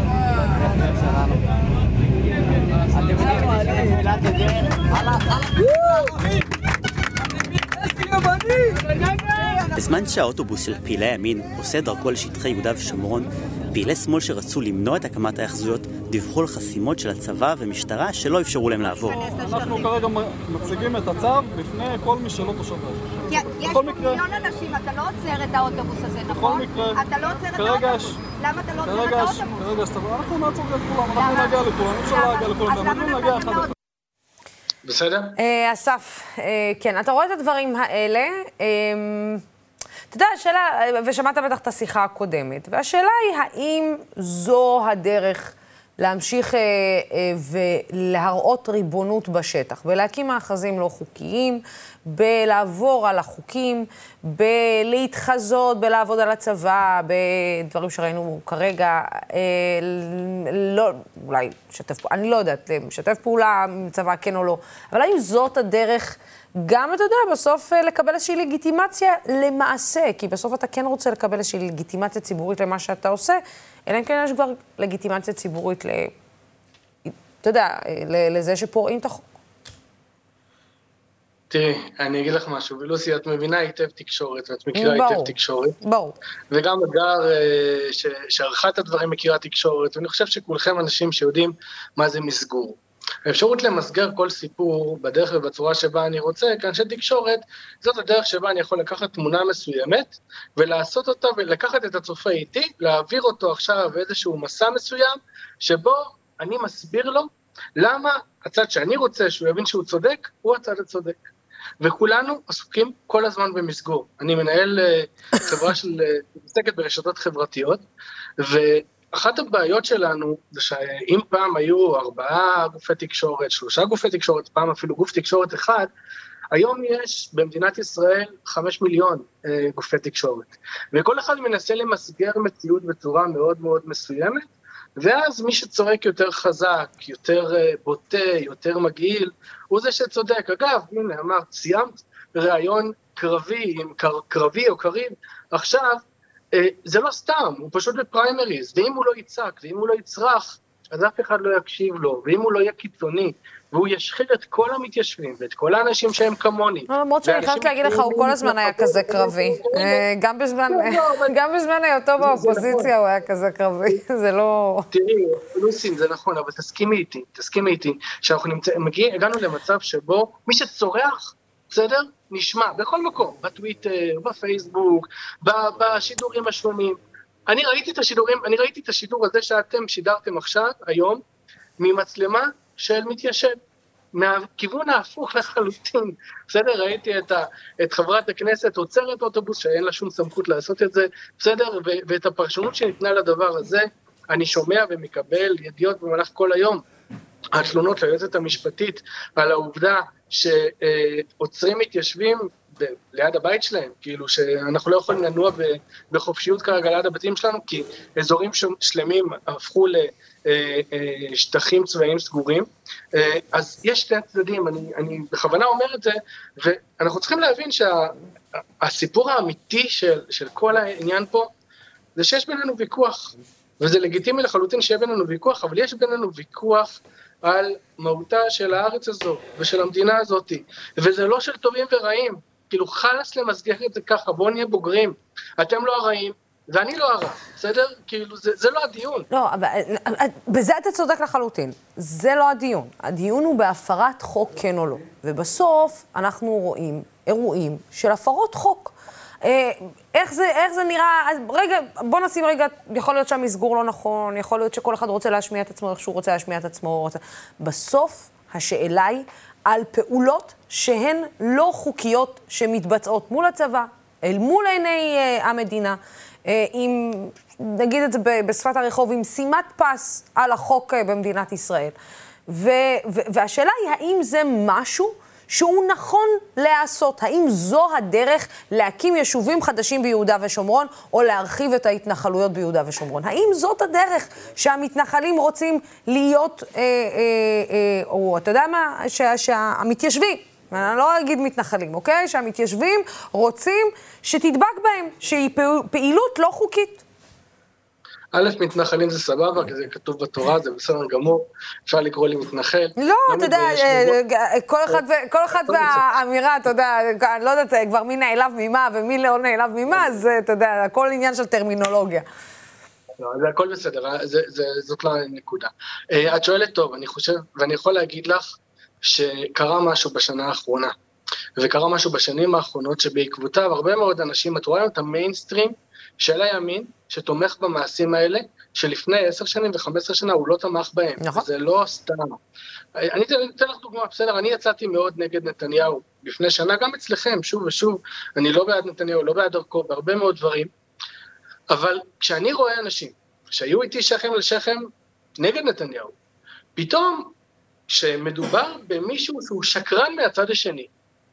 אתם יודעים, אני מפילת את זה. הלאה, הלאה. בזמן שהאוטובוס של פעילי הימין עושה דרכו לשטחי יהודה ושומרון, פעילי שמאל שרצו למנוע את הקמת ההיאחזויות דיווחו על חסימות של הצבא ומשטרה שלא אפשרו להם לעבור. אנחנו כרגע מציגים את הצו בפני כל מי שלא תושב. יש מיליון אנשים, אתה לא עוצר את האוטובוס הזה, נכון? בכל מקרה, אתה לא עוצר את האוטובוס. למה אתה לא עוצר את האוטובוס? כרגע יש, אנחנו נעצור את כולם, אנחנו נגיע לכולם, אפשר להגיע לכולם, אנחנו נגיע אחד אחד. בסדר? אסף, כן, אתה רואה את הדברים האלה, אתה יודע, השאלה, ושמעת בטח את השיחה הקודמת, והשאלה היא האם זו הדרך להמשיך אה, אה, ולהראות ריבונות בשטח, ולהקים מאחזים לא חוקיים, בלעבור על החוקים, בלהתחזות, בלעבוד על הצבא, בדברים שראינו כרגע, אה, לא, אולי שתף, אני לא יודעת, משתף פעולה עם צבא כן או לא, אבל האם זאת הדרך גם, אתה יודע, בסוף לקבל איזושהי לגיטימציה למעשה, כי בסוף אתה כן רוצה לקבל איזושהי לגיטימציה ציבורית למה שאתה עושה, אלא אם כן יש כבר לגיטימציה ציבורית ל... אתה יודע, לזה שפורעים את החוק. תראי, אני אגיד לך משהו, ולוסי, את מבינה היטב תקשורת, ואת מכירה היטב תקשורת. ברור. וגם אגר שערכה את הדברים מכירה תקשורת, ואני חושב שכולכם אנשים שיודעים מה זה מסגור. האפשרות למסגר כל סיפור בדרך ובצורה שבה אני רוצה, כאנשי תקשורת, זאת הדרך שבה אני יכול לקחת תמונה מסוימת, ולעשות אותה ולקחת את הצופה איתי, להעביר אותו עכשיו באיזשהו מסע מסוים, שבו אני מסביר לו למה הצד שאני רוצה שהוא יבין שהוא צודק, הוא הצד הצודק. וכולנו עסוקים כל הזמן במסגור. אני מנהל uh, חברה של עוסקת ברשתות חברתיות, ו... אחת הבעיות שלנו זה שאם פעם היו ארבעה גופי תקשורת, שלושה גופי תקשורת, פעם אפילו גוף תקשורת אחד, היום יש במדינת ישראל חמש מיליון אה, גופי תקשורת. וכל אחד מנסה למסגר מציאות בצורה מאוד מאוד מסוימת, ואז מי שצורק יותר חזק, יותר אה, בוטה, יותר מגעיל, הוא זה שצודק. אגב, הנה אמרת, סיימת רעיון קרבי, עם קר, קרבי או קריב, עכשיו, זה לא סתם, הוא פשוט בפריימריז, ואם הוא לא יצעק, ואם הוא לא יצרח, אז אף אחד לא יקשיב לו, ואם הוא לא יהיה קיצוני, והוא ישחיר את כל המתיישבים, ואת כל האנשים שהם כמוני. למרות שאני חייבת להגיד לך, הוא כל הזמן היה כזה קרבי. גם בזמן היותו באופוזיציה הוא היה כזה קרבי, זה לא... תראי, לוסין, זה נכון, אבל תסכימי איתי, תסכימי איתי, שאנחנו הגענו למצב שבו מי שצורח, בסדר? נשמע בכל מקום, בטוויטר, בפייסבוק, בשידורים השונים. אני ראיתי את השידורים, אני ראיתי את השידור הזה שאתם שידרתם עכשיו, היום, ממצלמה של מתיישב, מהכיוון ההפוך לחלוטין. בסדר? ראיתי את, ה, את חברת הכנסת עוצרת אוטובוס, שאין לה שום סמכות לעשות את זה, בסדר? ו, ואת הפרשנות שניתנה לדבר הזה, אני שומע ומקבל ידיעות במהלך כל היום. התלונות ליועצת המשפטית על העובדה שעוצרים מתיישבים ליד הבית שלהם, כאילו שאנחנו לא יכולים לנוע בחופשיות כרגע ליד הבתים שלנו, כי אזורים שלמים הפכו לשטחים צבאיים סגורים. אז יש שתי צדדים, אני, אני בכוונה אומר את זה, ואנחנו צריכים להבין שהסיפור האמיתי של, של כל העניין פה, זה שיש בינינו ויכוח, וזה לגיטימי לחלוטין שיהיה בינינו ויכוח, אבל יש בינינו ויכוח על מהותה של הארץ הזו ושל המדינה הזאת, וזה לא של טובים ורעים, כאילו חלס למסגר את זה ככה, בואו נהיה בוגרים, אתם לא הרעים, ואני לא הרע, בסדר? כאילו זה, זה לא הדיון. לא, אבל בזה אתה צודק לחלוטין, זה לא הדיון, הדיון הוא בהפרת חוק כן או לא, ובסוף אנחנו רואים אירועים של הפרות חוק. איך זה, איך זה נראה, אז רגע, בוא נשים רגע, יכול להיות שהמסגור לא נכון, יכול להיות שכל אחד רוצה להשמיע את עצמו, איך שהוא רוצה להשמיע את עצמו, רוצה... בסוף השאלה היא על פעולות שהן לא חוקיות שמתבצעות מול הצבא, אל מול עיני uh, המדינה, uh, עם, נגיד את זה בשפת הרחוב, עם שימת פס על החוק uh, במדינת ישראל. ו- ו- והשאלה היא האם זה משהו שהוא נכון לעשות, האם זו הדרך להקים יישובים חדשים ביהודה ושומרון, או להרחיב את ההתנחלויות ביהודה ושומרון? האם זאת הדרך שהמתנחלים רוצים להיות, אה, אה, אה, או אתה יודע מה, שה, שהמתיישבים, אני לא אגיד מתנחלים, אוקיי? שהמתיישבים רוצים שתדבק בהם, שהיא פעילות לא חוקית. א', מתנחלים זה סבבה, כי זה כתוב בתורה, זה בסדר גמור, אפשר לקרוא לי מתנחל. לא, אתה יודע, כל אחד והאמירה, אתה יודע, אני לא יודעת כבר מי נעלב ממה ומי לא נעלב ממה, אז אתה יודע, הכל עניין של טרמינולוגיה. לא, זה הכל בסדר, זאת לא נקודה. את שואלת טוב, אני חושב, ואני יכול להגיד לך שקרה משהו בשנה האחרונה, וקרה משהו בשנים האחרונות שבעקבותיו הרבה מאוד אנשים, את רואה את המיינסטרים של הימין, שתומך במעשים האלה, שלפני עשר שנים וחמש עשרה שנה הוא לא תמך בהם. נכון. זה לא סתם. אני אתן לך דוגמה, בסדר, אני יצאתי מאוד נגד נתניהו, לפני שנה גם אצלכם, שוב ושוב, אני לא בעד נתניהו, לא בעד דרכו, בהרבה מאוד דברים, אבל כשאני רואה אנשים שהיו איתי שכם על שכם נגד נתניהו, פתאום שמדובר במישהו שהוא שקרן מהצד השני,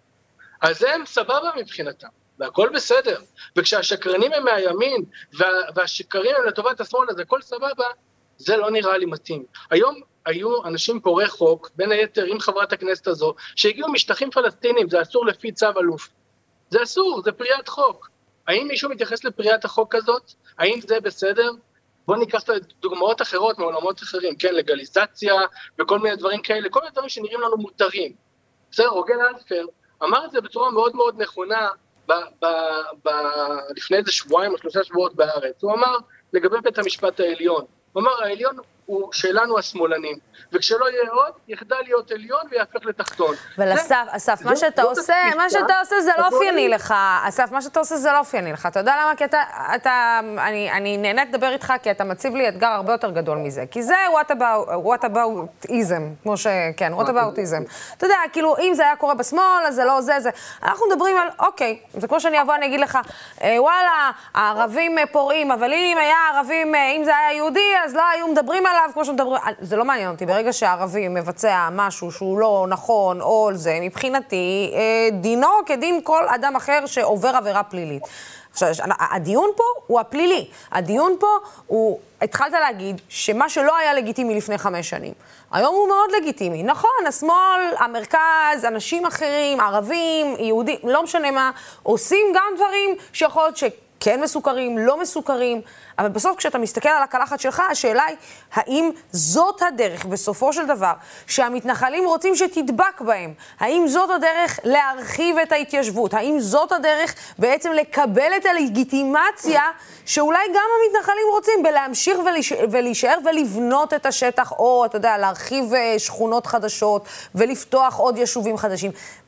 אז הם סבבה מבחינתם, והכל בסדר, וכשהשקרנים הם מהימין, וה, והשקרים הם לטובת השמאל, אז הכל סבבה, זה לא נראה לי מתאים. היום היו אנשים פורעי חוק, בין היתר עם חברת הכנסת הזו, שהגיעו משטחים פלסטינים, זה אסור לפי צו אלוף. זה אסור, זה פריעת חוק. האם מישהו מתייחס לפריעת החוק הזאת? האם זה בסדר? בואו ניקח את דוגמאות אחרות מעולמות אחרים, כן, לגליזציה וכל מיני דברים כאלה, כל מיני דברים שנראים לנו מותרים. בסדר, רוגל אלפר אמר את זה בצורה מאוד מאוד נכונה, ב, ב, ב, לפני איזה שבועיים או שלושה שבועות בארץ. הוא אמר לגבי בית המשפט העליון, הוא אמר העליון הוא שלנו השמאלנים, וכשלא יהיה עוד, יחדל להיות עליון ויהפך לתחתון. אבל אסף, אסף, מה שאתה עושה, מה שאתה עושה זה לא אופייני לך, אסף, מה שאתה עושה זה לא אופייני לך, אתה יודע למה? כי אתה, אתה, אני, אני נהנית לדבר איתך, כי אתה מציב לי אתגר הרבה יותר גדול מזה, כי זה what about, what aboutism, כמו ש, כן, what aboutism. אתה יודע, כאילו, אם זה היה קורה בשמאל, אז זה לא זה, זה. אנחנו מדברים על, אוקיי, זה כמו שאני אבוא, אני אגיד לך, וואלה, הערבים פורעים, אבל אם היה ערבים, אם זה היה יהודי, אז לא היו מדברים עליו, כמו שמדברים, זה לא מעניין אותי, ברגע שהערבי מבצע משהו שהוא לא נכון, או זה, מבחינתי, דינו כדין כל אדם אחר שעובר עבירה פלילית. עכשיו, הדיון פה הוא הפלילי. הדיון פה הוא, התחלת להגיד שמה שלא היה לגיטימי לפני חמש שנים, היום הוא מאוד לגיטימי. נכון, השמאל, המרכז, אנשים אחרים, ערבים, יהודים, לא משנה מה, עושים גם דברים שיכול להיות שכן מסוכרים, לא מסוכרים, אבל בסוף כשאתה מסתכל על הקלחת שלך, השאלה היא, האם זאת הדרך בסופו של דבר שהמתנחלים רוצים שתדבק בהם? האם זאת הדרך להרחיב את ההתיישבות? האם זאת הדרך בעצם לקבל את הלגיטימציה שאולי גם המתנחלים רוצים בלהמשיך ולהישאר ולבנות את השטח, או אתה יודע, להרחיב שכונות חדשות ולפתוח עוד יישובים חדשים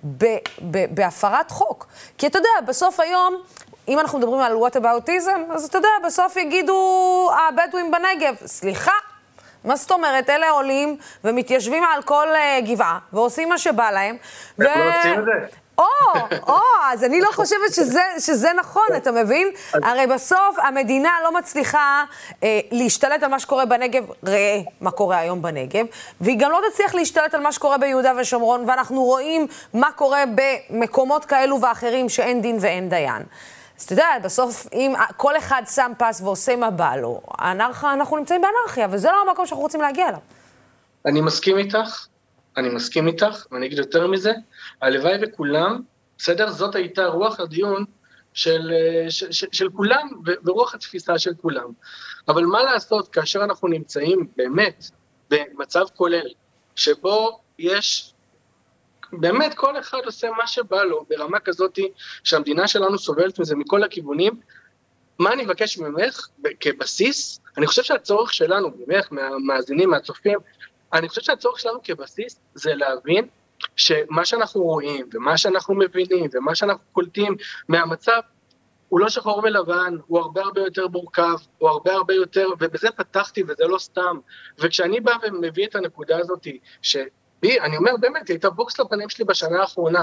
בהפרת חוק? כי אתה יודע, בסוף היום אם אנחנו מדברים על what aboutism, אז אתה יודע, בסוף יגידו הבדואים בנגב, סליחה, מה זאת אומרת? אלה עולים ומתיישבים על כל uh, גבעה, ועושים מה שבא להם. ו... לא עושים את זה. או, או, אז אני לא חושבת שזה, שזה נכון, אתה מבין? הרי בסוף המדינה לא מצליחה אה, להשתלט על מה שקורה בנגב, ראה מה קורה היום בנגב, והיא גם לא תצליח להשתלט על מה שקורה ביהודה ושומרון, ואנחנו רואים מה קורה במקומות כאלו ואחרים שאין דין ואין דיין. אז אתה יודע, בסוף, אם כל אחד שם פס ועושה מה בא לו, האנרכיה, אנחנו נמצאים באנרכיה, וזה לא המקום שאנחנו רוצים להגיע אליו. אני מסכים איתך, אני מסכים איתך, ואני אגיד יותר מזה, הלוואי וכולם, בסדר, זאת הייתה רוח הדיון של, של, של, של כולם, ורוח התפיסה של כולם. אבל מה לעשות כאשר אנחנו נמצאים באמת במצב כולל, שבו יש באמת כל אחד עושה מה שבא לו, ברמה כזאת שהמדינה שלנו סובלת מזה מכל הכיוונים. מה אני מבקש ממך כבסיס? אני חושב שהצורך שלנו, ממך, מהמאזינים, מהצופים, אני חושב שהצורך שלנו כבסיס זה להבין שמה שאנחנו רואים ומה שאנחנו מבינים ומה שאנחנו קולטים מהמצב הוא לא שחור ולבן, הוא הרבה הרבה יותר מורכב, הוא הרבה הרבה יותר, ובזה פתחתי וזה לא סתם. וכשאני בא ומביא את הנקודה הזאת ש... אני אומר באמת, הייתה בוקס לפנים שלי בשנה האחרונה,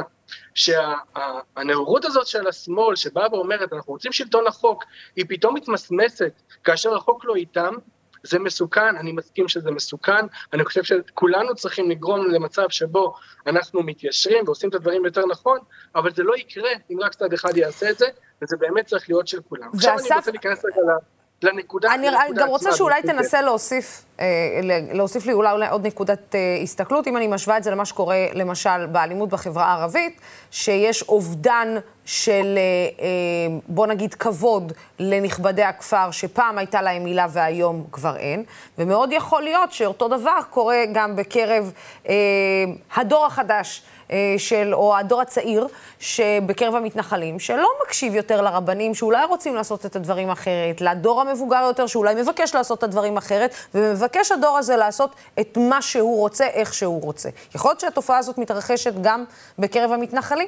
שהנאורות הזאת של השמאל שבאה ואומרת, אנחנו רוצים שלטון החוק, היא פתאום מתמסמסת, כאשר החוק לא איתם, זה מסוכן, אני מסכים שזה מסוכן, אני חושב שכולנו צריכים לגרום למצב שבו אנחנו מתיישרים ועושים את הדברים יותר נכון, אבל זה לא יקרה אם רק צד אחד יעשה את זה, וזה באמת צריך להיות של כולם. עכשיו אני רוצה להיכנס רגע לנקודה... אני לנקודה גם רוצה עצמה, שאולי בנקודה. תנסה להוסיף, אה, להוסיף לי אולי עוד נקודת אה, הסתכלות, אם אני משווה את זה למה שקורה למשל באלימות בחברה הערבית, שיש אובדן של, אה, בוא נגיד, כבוד לנכבדי הכפר, שפעם הייתה להם מילה והיום כבר אין, ומאוד יכול להיות שאותו דבר קורה גם בקרב אה, הדור החדש, של, או הדור הצעיר שבקרב המתנחלים, שלא מקשיב יותר לרבנים, שאולי רוצים לעשות את הדברים אחרת, לדור המבוגר יותר, שאולי מבקש לעשות את הדברים אחרת, ומבקש הדור הזה לעשות את מה שהוא רוצה, איך שהוא רוצה. יכול להיות שהתופעה הזאת מתרחשת גם בקרב המתנחלים?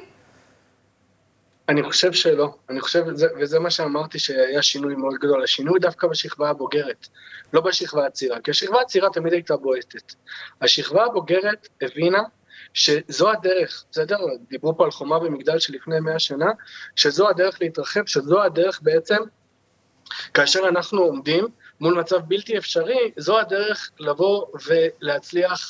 אני חושב שלא. אני חושב, וזה מה שאמרתי שהיה שינוי מאוד גדול. השינוי דווקא בשכבה הבוגרת, לא בשכבה הצעירה. כי השכבה הצעירה תמיד הייתה בועטת. השכבה הבוגרת הבינה שזו הדרך, בסדר? דיברו פה על חומה במגדל שלפני מאה שנה, שזו הדרך להתרחב, שזו הדרך בעצם, כאשר אנחנו עומדים מול מצב בלתי אפשרי, זו הדרך לבוא ולהצליח,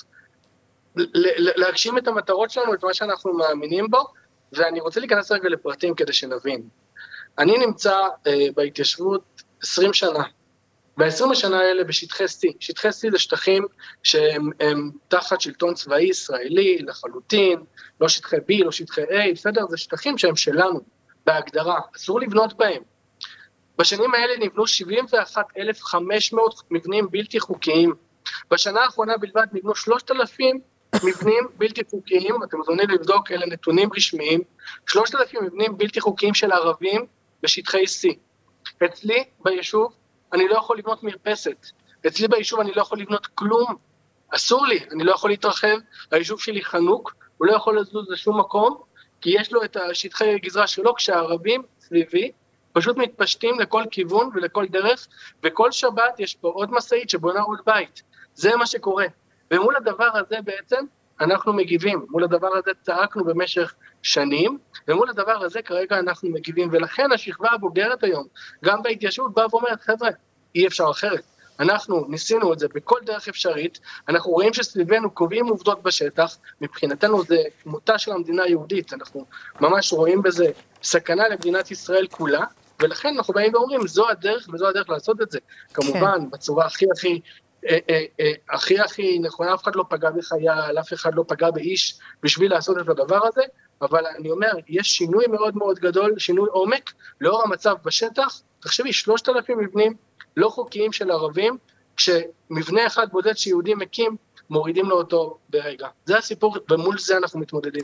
להגשים את המטרות שלנו, את מה שאנחנו מאמינים בו, ואני רוצה להיכנס רגע לפרטים כדי שנבין. אני נמצא אה, בהתיישבות עשרים שנה, ב-עשרים השנה האלה בשטחי C. שטחי C זה שטחים שהם הם תחת שלטון צבאי ישראלי לחלוטין, לא שטחי B, לא שטחי A, בסדר? זה שטחים שהם שלנו, בהגדרה, אסור לבנות בהם. בשנים האלה נבנו שבעים ואחת אלף וחמש מאות מבנים בלתי חוקיים. בשנה האחרונה בלבד נבנו שלושת אלפים מבנים בלתי חוקיים, אתם מוזמנים לבדוק, אלה נתונים רשמיים, שלושת אלפים מבנים בלתי חוקיים של ערבים בשטחי C. אצלי ביישוב, אני לא יכול לבנות מרפסת, אצלי ביישוב אני לא יכול לבנות כלום, אסור לי, אני לא יכול להתרחב, היישוב שלי חנוק, הוא לא יכול לזוז לשום מקום, כי יש לו את השטחי גזרה שלו, כשהערבים סביבי, פשוט מתפשטים לכל כיוון ולכל דרך, וכל שבת יש פה עוד מסעית שבונה עוד בית, זה מה שקורה, ומול הדבר הזה בעצם אנחנו מגיבים, מול הדבר הזה צעקנו במשך שנים, ומול הדבר הזה כרגע אנחנו מגיבים, ולכן השכבה הבוגרת היום, גם בהתיישבות באה ואומרת, חבר'ה, אי אפשר אחרת. אנחנו ניסינו את זה בכל דרך אפשרית, אנחנו רואים שסביבנו קובעים עובדות בשטח, מבחינתנו זה מותה של המדינה היהודית, אנחנו ממש רואים בזה סכנה למדינת ישראל כולה, ולכן אנחנו באים ואומרים, זו הדרך וזו הדרך לעשות את זה. כמובן, בצורה הכי הכי, אה, אה, אה, הכי הכי נכונה, אף אחד לא פגע בחייל, אף אחד לא פגע באיש בשביל לעשות את הדבר הזה, אבל אני אומר, יש שינוי מאוד מאוד גדול, שינוי עומק, לאור המצב בשטח, תחשבי, שלושת אלפים מבנים לא חוקיים של ערבים, כשמבנה אחד בודד שיהודי מקים, מורידים לו אותו ברגע. זה הסיפור, ומול זה אנחנו מתמודדים.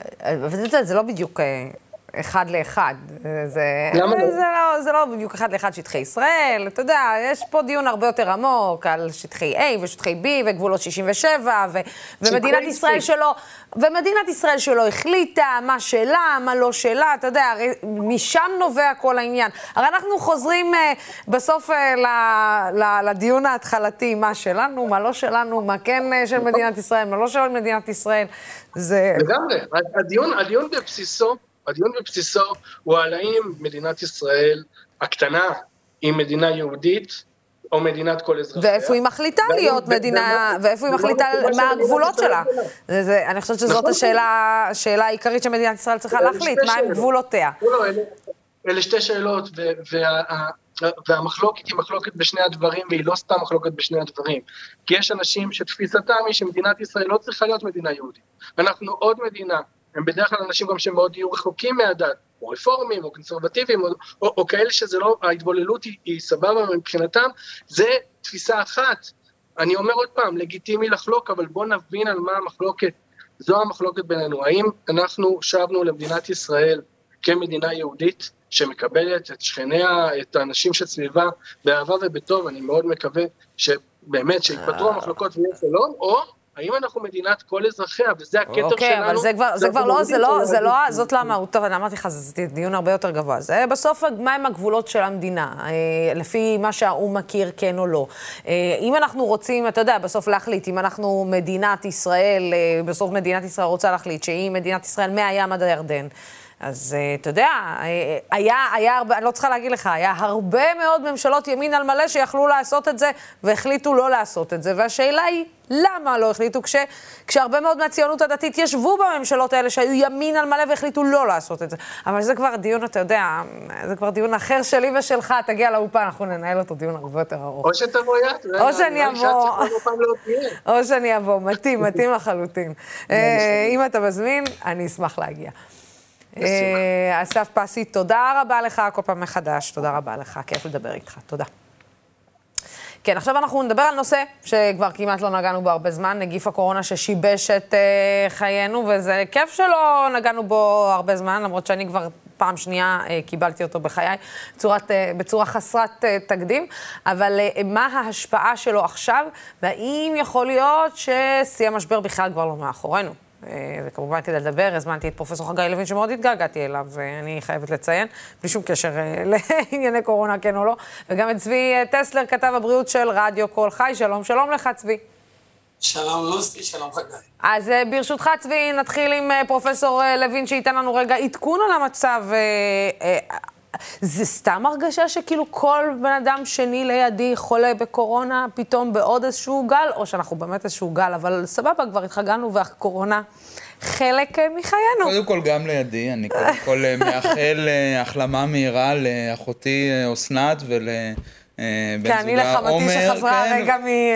אבל זה לא בדיוק אחד לאחד. זה, למה לא? זה לא, זה לא בדיוק אחד לאחד שטחי ישראל. אתה יודע, יש פה דיון הרבה יותר עמוק על שטחי A ושטחי B וגבולות שישים ושבע, ו, ומדינת ישראל שלו, ומדינת ישראל שלו החליטה מה שלה, מה לא שלה, אתה יודע, הרי משם נובע כל העניין. הרי אנחנו חוזרים בסוף ל, ל, לדיון ההתחלתי, מה שלנו, מה לא שלנו, מה כן של מדינת ישראל, מה לא של מדינת ישראל. זה... לגמרי, הדיון, הדיון בבסיסו, הדיון בבסיסו הוא על האם מדינת ישראל הקטנה היא מדינה יהודית או מדינת כל אזרחיה. ואיפה היא מחליטה להיות מדינה, ואיפה היא מחליטה מה הגבולות שלה. אני חושבת שזאת השאלה העיקרית שמדינת ישראל צריכה להחליט, מה הם גבולותיה. אלה שתי שאלות, והמחלוקת היא מחלוקת בשני הדברים, והיא לא סתם מחלוקת בשני הדברים. כי יש אנשים שתפיסתם היא שמדינת ישראל לא צריכה להיות מדינה יהודית. אנחנו עוד מדינה, הם בדרך כלל אנשים גם שמאוד יהיו רחוקים מהדת, או רפורמים, או קונסרבטיביים, או, או, או כאלה שזה לא, ההתבוללות היא, היא סבבה מבחינתם, זה תפיסה אחת. אני אומר עוד פעם, לגיטימי לחלוק, אבל בוא נבין על מה המחלוקת. זו המחלוקת בינינו. האם אנחנו שבנו למדינת ישראל כמדינה יהודית, שמקבלת את שכניה, את האנשים שסביבה, באהבה ובטוב, אני מאוד מקווה שבאמת שיתפתרו המחלוקות ויהיה שלום, או האם אנחנו מדינת כל אזרחיה, וזה הקטר שלנו. אוקיי, אבל זה כבר, זה כבר לא, זה לא, זה לא, זאת לא המהות. טוב, אני אמרתי לך, זה דיון הרבה יותר גבוה. זה בסוף, מה הם הגבולות של המדינה, לפי מה שהאום מכיר, כן או לא. אם אנחנו רוצים, אתה יודע, בסוף להחליט, אם אנחנו מדינת ישראל, בסוף מדינת ישראל רוצה להחליט, שהיא מדינת ישראל מהים עד הירדן, אז אתה יודע, היה, היה הרבה, אני לא צריכה להגיד לך, היה הרבה מאוד ממשלות ימין על מלא שיכלו לעשות את זה, והחליטו לא לעשות את זה, והשאלה היא, למה לא החליטו כש, כשהרבה מאוד מהציונות הדתית ישבו בממשלות האלה שהיו ימין על מלא והחליטו לא לעשות את זה. אבל זה כבר דיון, אתה יודע, זה כבר דיון אחר שלי ושלך, תגיע לאופן, אנחנו ננהל אותו דיון הרבה יותר ארוך. או שתבוא יד. או שאני אבוא. או שאני אבוא, מתאים, מתאים לחלוטין. אם אתה מזמין, אני אשמח להגיע. אסף פסי, תודה רבה לך כל פעם מחדש, תודה רבה לך, כיף לדבר איתך, תודה. כן, עכשיו אנחנו נדבר על נושא שכבר כמעט לא נגענו בו הרבה זמן, נגיף הקורונה ששיבש את uh, חיינו, וזה כיף שלא נגענו בו הרבה זמן, למרות שאני כבר פעם שנייה uh, קיבלתי אותו בחיי, בצורת, uh, בצורה חסרת uh, תקדים, אבל uh, מה ההשפעה שלו עכשיו, והאם יכול להיות ששיא המשבר בכלל כבר לא מאחורינו? וכמובן כדי לדבר, הזמנתי את פרופסור חגי לוין שמאוד התגעגעתי אליו, ואני חייבת לציין, בלי שום קשר לענייני קורונה, כן או לא, וגם את צבי טסלר, כתב הבריאות של רדיו קול חי. שלום, שלום לך צבי. שלום לוסקי, שלום חגי. אז ברשותך צבי, נתחיל עם פרופסור לוין שייתן לנו רגע עדכון על המצב. זה סתם הרגשה שכאילו כל בן אדם שני לידי חולה בקורונה, פתאום בעוד איזשהו גל, או שאנחנו באמת איזשהו גל, אבל סבבה, כבר התחגנו והקורונה חלק מחיינו. קודם כל גם לידי, אני קודם כל מאחל החלמה מהירה לאחותי אסנת ול... כן, אני לחמתי שחזרה רגע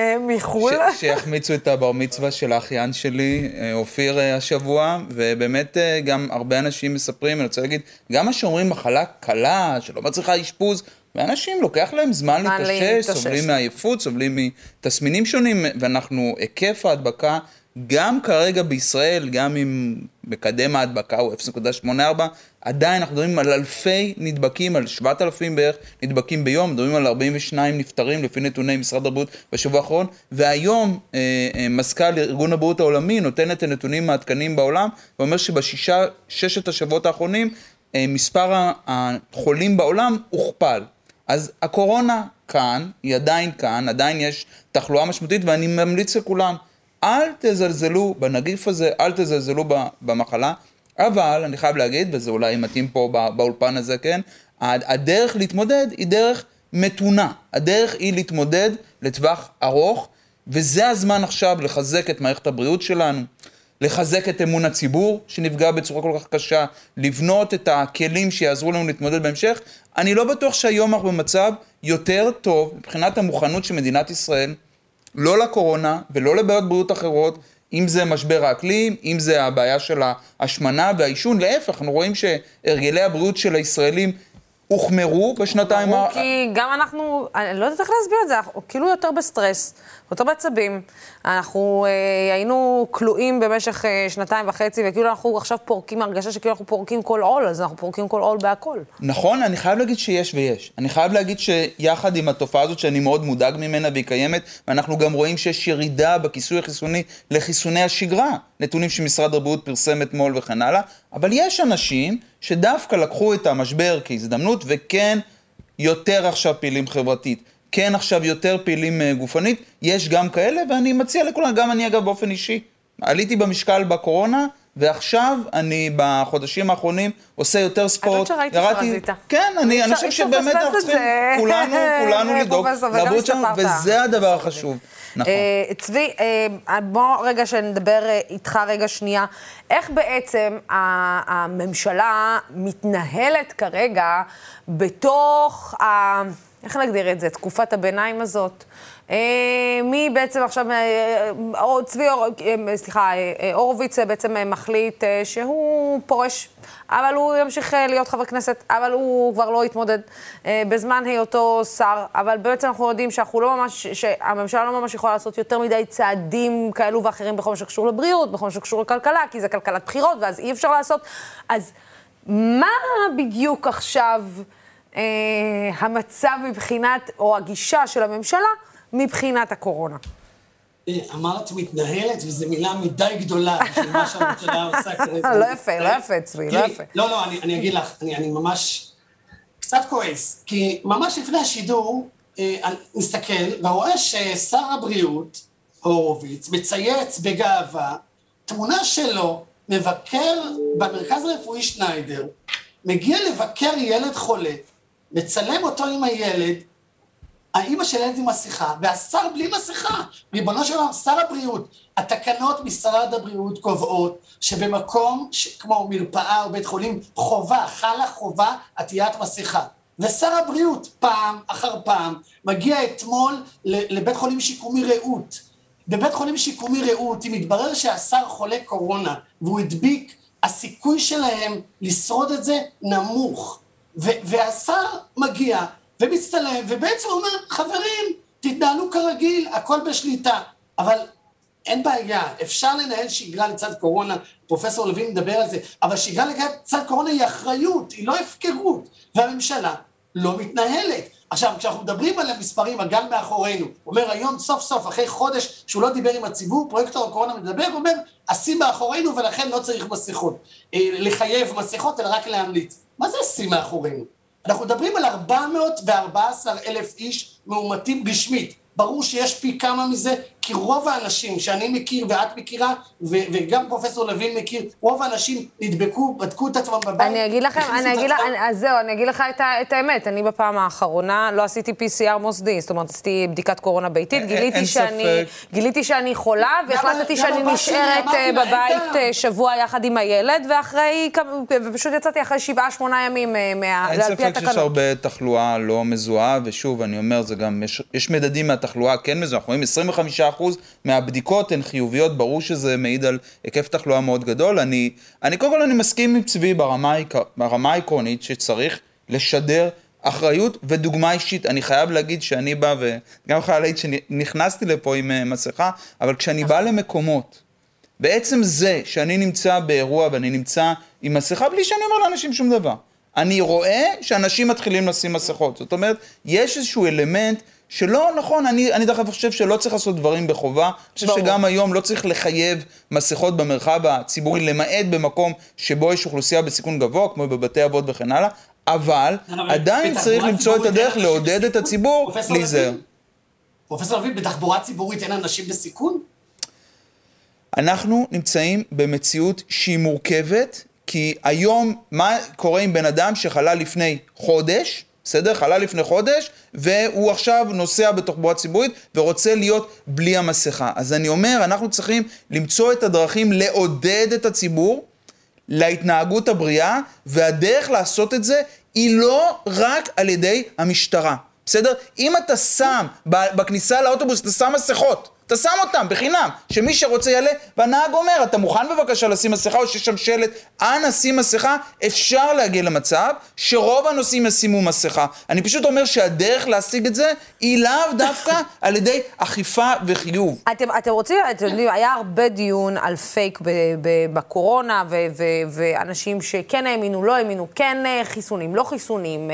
מחול. שיחמיצו את הבר מצווה של האחיין שלי, אופיר השבוע, ובאמת גם הרבה אנשים מספרים, אני רוצה להגיד, גם מה שאומרים מחלה קלה, שלא מצריכה אשפוז, ואנשים לוקח להם זמן להתאושש, סובלים מעייפות, סובלים מתסמינים שונים, ואנחנו, היקף ההדבקה, גם כרגע בישראל, גם עם מקדם ההדבקה הוא אפס נקודה שמונים וארבע, עדיין אנחנו מדברים על אלפי נדבקים, על שבעת אלפים בערך נדבקים ביום, מדברים על ארבעים ושניים נפטרים לפי נתוני משרד הבריאות בשבוע האחרון, והיום אה, אה, מזכ"ל ארגון הבריאות העולמי נותן את הנתונים העדכניים בעולם, ואומר שבשישה, ששת השבועות האחרונים, אה, מספר החולים בעולם הוכפל. אז הקורונה כאן, היא עדיין כאן, עדיין יש תחלואה משמעותית, ואני ממליץ לכולם, אל תזלזלו בנגיף הזה, אל תזלזלו במחלה, אבל אני חייב להגיד, וזה אולי מתאים פה באולפן הזה, כן, הדרך להתמודד היא דרך מתונה, הדרך היא להתמודד לטווח ארוך, וזה הזמן עכשיו לחזק את מערכת הבריאות שלנו, לחזק את אמון הציבור שנפגע בצורה כל כך קשה, לבנות את הכלים שיעזרו לנו להתמודד בהמשך. אני לא בטוח שהיום אנחנו במצב יותר טוב מבחינת המוכנות של מדינת ישראל, לא לקורונה ולא לבעיות בריאות אחרות, אם זה משבר האקלים, אם זה הבעיה של ההשמנה והעישון, להפך, אנחנו רואים שהרגלי הבריאות של הישראלים הוחמרו בשנתיים. ברור, כי גם אנחנו, אני לא יודעת איך להסביר את זה, אנחנו כאילו יותר בסטרס, יותר בעצבים, אנחנו אה, היינו כלואים במשך אה, שנתיים וחצי, וכאילו אנחנו עכשיו פורקים, הרגשה שכאילו אנחנו פורקים כל עול, אז אנחנו פורקים כל עול בהכל. נכון, אני חייב להגיד שיש ויש. אני חייב להגיד שיחד עם התופעה הזאת שאני מאוד מודאג ממנה והיא קיימת, ואנחנו גם רואים שיש ירידה בכיסוי החיסוני לחיסוני השגרה, נתונים שמשרד הבריאות פרסם אתמול וכן הלאה, אבל יש אנשים שדווקא לקחו את המשבר כהזדמנות, וכן יותר עכשיו פעילים חברתית, כן עכשיו יותר פעילים גופנית, יש גם כאלה, ואני מציע לכולם, גם אני אגב באופן אישי, עליתי במשקל בקורונה, ועכשיו אני בחודשים האחרונים עושה יותר ספורט. אני חושבת שראיתי שרזית. כן, אני, אני חושב שבאמת אנחנו צריכים כולנו, כולנו לדאוג לבריאות שלנו, וזה הדבר החשוב. נכון. צבי, בוא רגע שנדבר איתך רגע שנייה, איך בעצם הממשלה מתנהלת כרגע בתוך, איך נגדיר את זה, תקופת הביניים הזאת? מי בעצם עכשיו, צבי, סליחה, אורוביץ בעצם מחליט שהוא פורש, אבל הוא ימשיך להיות חבר כנסת, אבל הוא כבר לא יתמודד בזמן היותו שר, אבל בעצם אנחנו יודעים שאנחנו לא ממש, שהממשלה לא ממש יכולה לעשות יותר מדי צעדים כאלו ואחרים בכל מה שקשור לבריאות, בכל מה שקשור לכלכלה, כי זה כלכלת בחירות, ואז אי אפשר לעשות. אז מה בדיוק עכשיו אה, המצב מבחינת, או הגישה של הממשלה, מבחינת הקורונה? אמרת מתנהלת, וזו מילה מדי גדולה של מה שהממשלה עושה כרגע. לא יפה, לא יפה, צבי, לא יפה. לא, לא, אני אגיד לך, אני ממש קצת כועס, כי ממש לפני השידור, אני מסתכל ורואה ששר הבריאות, הורוביץ, מצייץ בגאווה, תמונה שלו, מבקר במרכז הרפואי שניידר, מגיע לבקר ילד חולה, מצלם אותו עם הילד, האמא של ילד עם מסכה, והשר בלי מסכה, ריבונו של עולם, שר הבריאות, התקנות משרד הבריאות קובעות שבמקום ש... כמו מרפאה או בית חולים, חובה, חלה חובה, עטיית מסכה. ושר הבריאות פעם אחר פעם מגיע אתמול לבית חולים שיקומי רעות. בבית חולים שיקומי רעות, אם מתברר שהשר חולה קורונה והוא הדביק, הסיכוי שלהם לשרוד את זה נמוך. ו- והשר מגיע ומצטלם, ובעצם אומר, חברים, תתנהלו כרגיל, הכל בשליטה. אבל אין בעיה, אפשר לנהל שגרה לצד קורונה, פרופסור לוין מדבר על זה, אבל שגרה לצד קורונה היא אחריות, היא לא הפקרות, והממשלה לא מתנהלת. עכשיו, כשאנחנו מדברים על המספרים, הגל מאחורינו, אומר היום סוף סוף, אחרי חודש שהוא לא דיבר עם הציבור, פרויקטור הקורונה מדבר, אומר, עשים מאחורינו ולכן לא צריך מסכות, לחייב מסכות, אלא רק להמליץ. מה זה עשים מאחורינו? אנחנו מדברים על ארבע מאות וארבע עשרה אלף איש מאומתים רשמית. ברור שיש פי כמה מזה, כי רוב האנשים שאני מכיר ואת מכירה, ו- וגם פרופסור לוין מכיר, רוב האנשים נדבקו, בדקו את עצמם בבית. אני אגיד לכם, אני אגיד, אני, אז זהו, אני אגיד לך את, ה- את האמת, אני בפעם האחרונה לא עשיתי פי סי אר מוסדי, זאת אומרת, עשיתי בדיקת קורונה ביתית, גיליתי שאני, גיליתי שאני חולה, והחלטתי שאני נשארת בבית שבוע יחד עם הילד, ואחרי, ופשוט יצאתי אחרי שבעה, שמונה ימים מה... אין ספק שיש הרבה תחלואה לא מזוהה, ושוב, אני אומר, זה גם, יש, יש מדדים מהתחלואה כן מזוהה, אנחנו רואים עשרים וחמישה אחוז מהבדיקות הן חיוביות, ברור שזה מעיד על היקף תחלואה מאוד גדול. אני, אני קודם כל אני מסכים עם צבי ברמה, ברמה העקרונית שצריך לשדר אחריות ודוגמה אישית. אני חייב להגיד שאני בא, וגם חייב להגיד שנכנסתי לפה עם מסכה, אבל כשאני בא למקומות, בעצם זה שאני נמצא באירוע ואני נמצא עם מסכה, בלי שאני אומר לאנשים שום דבר, אני רואה שאנשים מתחילים לשים מסכות. זאת אומרת, יש איזשהו אלמנט שלא, נכון, אני, אני דרך חושב שלא צריך לעשות דברים בחובה, אני חושב ברור. שגם היום לא צריך לחייב מסכות במרחב הציבורי, למעט במקום שבו יש אוכלוסייה בסיכון גבוה, כמו בבתי אבות וכן הלאה, אבל עדיין צריך למצוא את הדרך לעודד את הציבור להיזהר. פרופסור לוין, בתחבורה ציבורית אין אנשים בסיכון? אנחנו נמצאים במציאות שהיא מורכבת, כי היום מה קורה עם בן אדם שחלה לפני חודש, בסדר? חלה לפני חודש, והוא עכשיו נוסע בתחבורה ציבורית ורוצה להיות בלי המסכה. אז אני אומר, אנחנו צריכים למצוא את הדרכים לעודד את הציבור להתנהגות הבריאה, והדרך לעשות את זה היא לא רק על ידי המשטרה. בסדר? אם אתה שם בכניסה לאוטובוס, אתה שם מסכות, אתה שם אותם בחינם, שמי שרוצה יעלה, והנהג אומר, אתה מוכן בבקשה לשים מסכה, או שיש שם שלט, אנא שים מסכה, אפשר להגיע למצב שרוב הנוסעים ישימו מסכה. אני פשוט אומר שהדרך להשיג את זה, היא לאו דווקא על ידי אכיפה וחיוב. אתם, אתם רוצים, אתם יודעים, היה הרבה דיון על פייק ב- ב- בקורונה, ו- ו- ואנשים שכן האמינו, לא האמינו, כן חיסונים, לא חיסונים,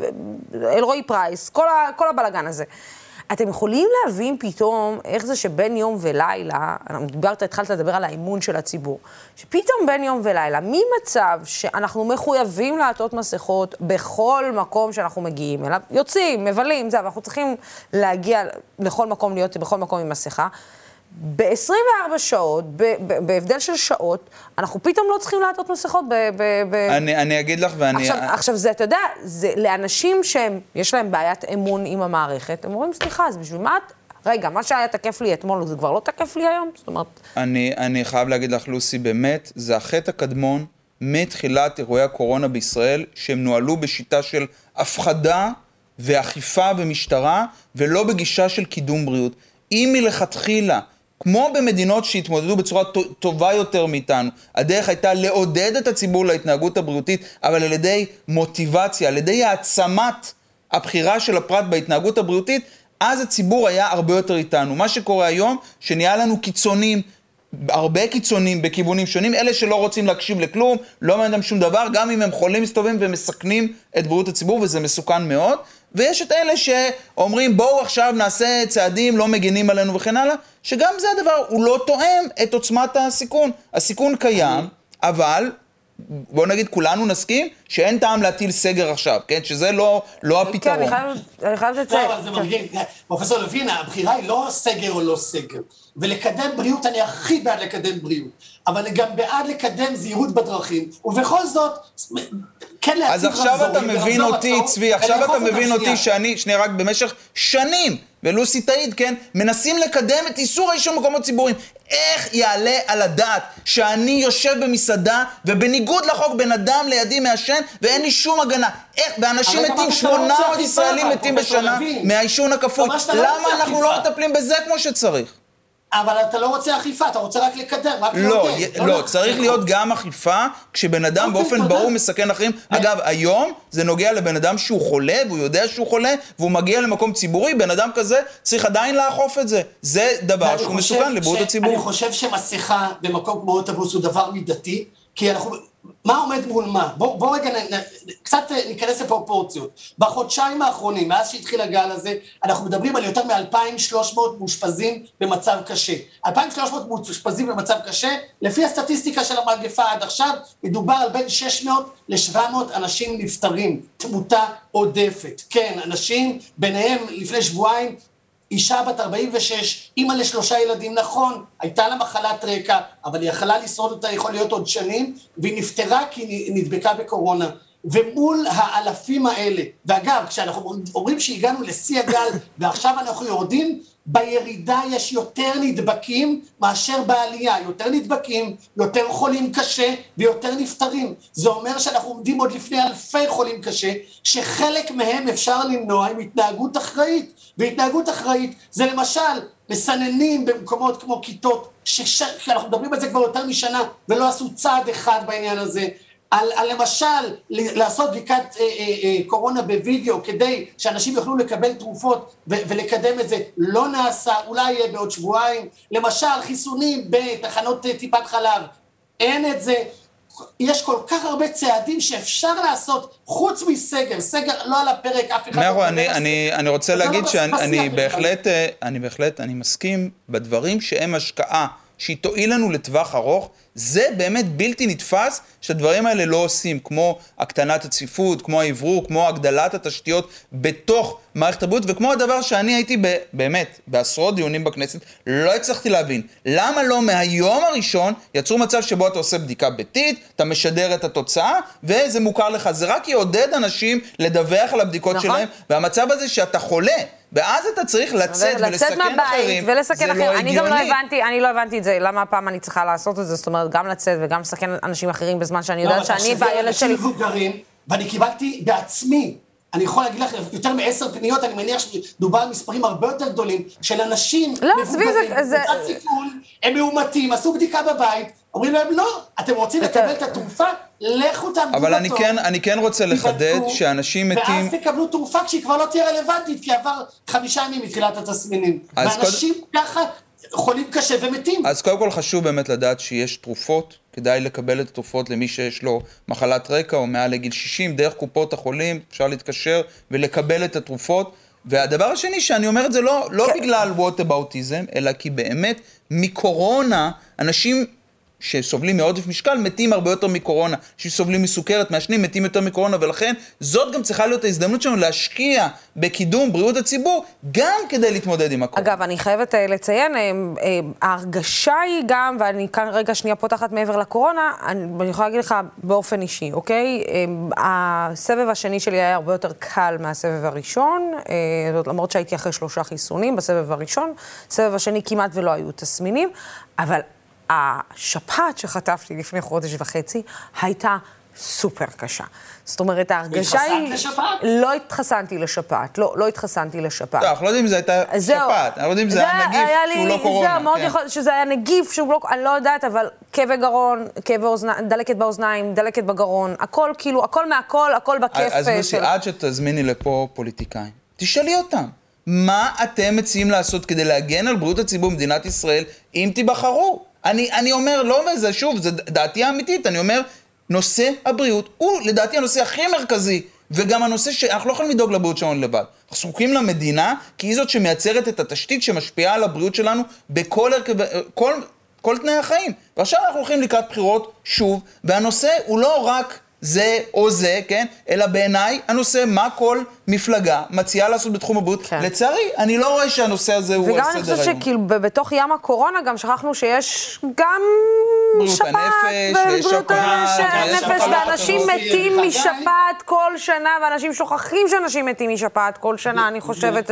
אלרועי פרייס, כל, ה- כל הבלגן הזה. אתם יכולים להבין פתאום איך זה שבין יום ולילה, דיברת, התחלת לדבר על האמון של הציבור, שפתאום בין יום ולילה, ממצב שאנחנו מחויבים לעטות מסכות בכל מקום שאנחנו מגיעים אליו, יוצאים, מבלים, זה, ואנחנו צריכים להגיע לכל מקום, להיות בכל מקום עם מסכה, ב-עשרים וארבע שעות, בהבדל של שעות, אנחנו פתאום לא צריכים לעטות מסכות ב... ב- אני, אני אגיד לך ואני... עכשיו, עכשיו זה, אתה יודע, זה לאנשים שהם, יש להם בעיית אמון עם המערכת, הם אומרים, סליחה, אז בשביל מה את... רגע, מה שהיה תקף לי אתמול, זה כבר לא תקף לי היום? זאת אומרת... אני, אני חייב להגיד לך, לוסי, באמת, זה החטא הקדמון מתחילת אירועי הקורונה בישראל, שהם נועלו בשיטה של הפחדה ואכיפה ומשטרה, ולא בגישה של קידום בריאות. אם מלכתחילה, כמו במדינות שהתמודדו בצורה טובה יותר מאיתנו, הדרך הייתה לעודד את הציבור להתנהגות הבריאותית, אבל על ידי מוטיבציה, על ידי העצמת הבחירה של הפרט בהתנהגות הבריאותית, אז הציבור היה הרבה יותר איתנו. מה שקורה היום, שנהיה לנו קיצונים, הרבה קיצונים בכיוונים שונים, אלה שלא רוצים להקשיב לכלום, לא מעניין שום דבר, גם אם הם חולים מסתובבים ומסכנים את בריאות הציבור, וזה מסוכן מאוד. ויש את אלה שאומרים, בואו עכשיו נעשה צעדים לא מגנים עלינו וכן הלאה, שגם זה הדבר, הוא לא תואם את עוצמת הסיכון. הסיכון קיים, אבל בואו נגיד, כולנו נסכים שאין טעם להטיל סגר עכשיו, כן? שזה לא, לא הפתרון. כן, אני חייבת לציין. לא, אבל זה מרגיש, פרופסור לוין, הבחירה היא לא סגר או לא סגר. ולקדם בריאות, אני הכי בעד לקדם בריאות. אבל גם בעד לקדם זהירות בדרכים. ובכל זאת, כן להציב אז עכשיו אתה מבין אותי, צבי, עכשיו אתה מבין אותי שאני, שנייה רק במשך שנים, ולוסי תעיד, כן, מנסים לקדם את איסור העישון במקומות ציבוריים. איך יעלה על הדעת שאני יושב במסעדה, ובניגוד לחוק בן אדם לידי מעשן, ואין לי שום הגנה? איך? באנשים מתים, שמונה מאות ישראלים מתים בשנה מהעישון הכפוי. למה אנחנו לא מטפלים בזה כמו שצריך? אבל אתה לא רוצה אכיפה, אתה רוצה רק לקדם, רק לא, לא, צריך להיות גם אכיפה כשבן אדם באופן ברור מסכן אחרים. אגב, היום זה נוגע לבן אדם שהוא חולה, והוא יודע שהוא חולה, והוא מגיע למקום ציבורי, בן אדם כזה צריך עדיין לאכוף את זה. זה דבר שהוא מסוכן לבריאות הציבור. אני חושב שמסכה במקום כמו אוטובוס הוא דבר מידתי, כי אנחנו... מה עומד מול מה? בוא, בוא רגע, נ, נ, קצת ניכנס לפרופורציות. בחודשיים האחרונים, מאז שהתחיל הגל הזה, אנחנו מדברים על יותר מ-אלפיים ושלוש מאות מאושפזים במצב קשה. אלפיים ושלוש מאות מאושפזים במצב קשה, לפי הסטטיסטיקה של המגפה עד עכשיו, מדובר על בין שש מאות ל-שבע מאות אנשים נפטרים, תמותה עודפת. כן, אנשים, ביניהם לפני שבועיים, אישה בת ארבעים ושש, אימא לשלושה ילדים, נכון, הייתה לה מחלת רקע, אבל היא יכלה לשרוד אותה, יכול להיות עוד שנים, והיא נפטרה כי היא נדבקה בקורונה. ומול האלפים האלה, ואגב, כשאנחנו אומרים שהגענו לשיא הגל, ועכשיו אנחנו יורדים, בירידה יש יותר נדבקים מאשר בעלייה, יותר נדבקים, יותר חולים קשה ויותר נפטרים. זה אומר שאנחנו עומדים עוד לפני אלפי חולים קשה, שחלק מהם אפשר למנוע עם התנהגות אחראית, והתנהגות אחראית זה למשל מסננים במקומות כמו כיתות, שאנחנו מדברים על זה כבר יותר משנה, ולא עשו צעד אחד בעניין הזה, על, על למשל לעשות בדיקת אה, אה, אה, קורונה בווידאו כדי שאנשים יוכלו לקבל תרופות ו- ולקדם את זה, לא נעשה, אולי יהיה בעוד שבועיים, למשל חיסונים בתחנות טיפת חלב, אין את זה, יש כל כך הרבה צעדים שאפשר לעשות חוץ מסגר, סגר לא על הפרק אף אחד. מארו, אני, אני, אני רוצה להגיד שאני בהחלט, אני בהחלט, אני מסכים בדברים שהם השקעה, שהיא תועיל לנו לטווח ארוך, זה באמת בלתי נתפס שהדברים האלה לא עושים, כמו הקטנת הצפיפות, כמו העברור, כמו הגדלת התשתיות בתוך מערכת הבריאות, וכמו הדבר שאני הייתי ב, באמת בעשרות דיונים בכנסת, לא הצלחתי להבין. למה לא מהיום הראשון יצרו מצב שבו אתה עושה בדיקה ביתית, אתה משדר את התוצאה, וזה מוכר לך. זה רק יעודד אנשים לדווח על הבדיקות נכון. שלהם, והמצב הזה שאתה חולה, ואז אתה צריך לצאת ולסכן אחרים, ולסכן אחרים. אני גם לא הבנתי, אני לא הבנתי את זה, למה הפעם אני צריכה לעשות את זה, זאת אומרת, גם לצאת וגם לסכן אנשים אחרים בזמן שאני יודעת שאני והילד שלי... ואני קיבלתי בעצמי, אני יכול להגיד לך, יותר מעשר פניות, אני מניח שדובר על מספרים הרבה יותר גדולים, של אנשים מבוגרים, בקבוצת סיכון, הם מאומתים, עשו בדיקה בבית, אומרים להם, לא, אתם רוצים לקבל את התרופה, לכו תעמדו בתור. אבל אני כן, אני כן רוצה לחדד שאנשים מתים... ואז תקבלו תרופה כשהיא כבר לא תהיה רלוונטית, כי עבר חמישה ימים מתחילת התסמינים. ואנשים ככה חולים קשה ומתים. אז קודם כל חשוב באמת לדעת שיש תרופות, כדאי לקבל את התרופות למי שיש לו מחלת רקע או מעל לגיל שישים, דרך קופות החולים, אפשר להתקשר ולקבל את התרופות. והדבר השני שאני אומר את זה לא, לא בגלל whataboutism, אלא כי באמת מקורונה אנשים שסובלים מעודף משקל מתים הרבה יותר מקורונה, שסובלים מסוכרת, מעשנים, מתים יותר מקורונה, ולכן זאת גם צריכה להיות ההזדמנות שלנו להשקיע בקידום בריאות הציבור, גם כדי להתמודד עם הקורונה. אגב, אני חייבת לציין, ההרגשה היא גם, ואני כאן רגע שנייה פותחת מעבר לקורונה, אני יכולה להגיד לך באופן אישי, אוקיי? הסבב השני שלי היה הרבה יותר קל מהסבב הראשון, למרות שהייתי אחרי שלושה חיסונים בסבב הראשון, הסבב השני כמעט ולא היו תסמינים, אבל השפעת שחטפתי לפני חודש וחצי הייתה סופר קשה. זאת אומרת, ההרגשה היא... התחסנת לשפעת? לא התחסנתי לשפעת, לא, לא התחסנתי לשפעת. לא, אנחנו לא יודעים אם זה הייתה שפעת, אנחנו יודעים אם זה היה נגיף שהוא לא קורונה. זה מאוד יכול שזה היה נגיף שהוא לא... אני לא יודעת, אבל כאבי גרון, כאבי אוזניים, דלקת באוזניים, דלקת בגרון, הכל כאילו, הכל מהכל, הכל בכיף. אז לוסי, עד שתזמיני לפה פוליטיקאים, תשאלי אותם. מה אתם מציעים לעשות כדי להגן על בריאות הציבור במדינת ישראל אם תיבחרו? אני, אני אומר, לא מזה, שוב, זה דעתי האמיתית, אני אומר, נושא הבריאות הוא לדעתי הנושא הכי מרכזי, וגם הנושא שאנחנו לא יכולים לדאוג לבריאות שלנו לבד. אנחנו זקוקים למדינה, כי היא זאת שמייצרת את התשתית שמשפיעה על הבריאות שלנו בכל כל, כל תנאי החיים. ועכשיו אנחנו הולכים לקראת בחירות שוב, והנושא הוא לא רק זה או זה, כן? אלא בעיניי הנושא מה כל מפלגה מציעה לעשות בתחום הבריאות. כן. לצערי, אני לא רואה שהנושא הזה הוא על סדר היום. וגם אני חושבת שכאילו בתוך ים הקורונה גם שכחנו שיש גם שפעת, ובריאות הנפש, ואנשים מתים משפעת כל שנה, ואנשים שוכחים שאנשים מתים משפעת כל שנה, אני חושבת...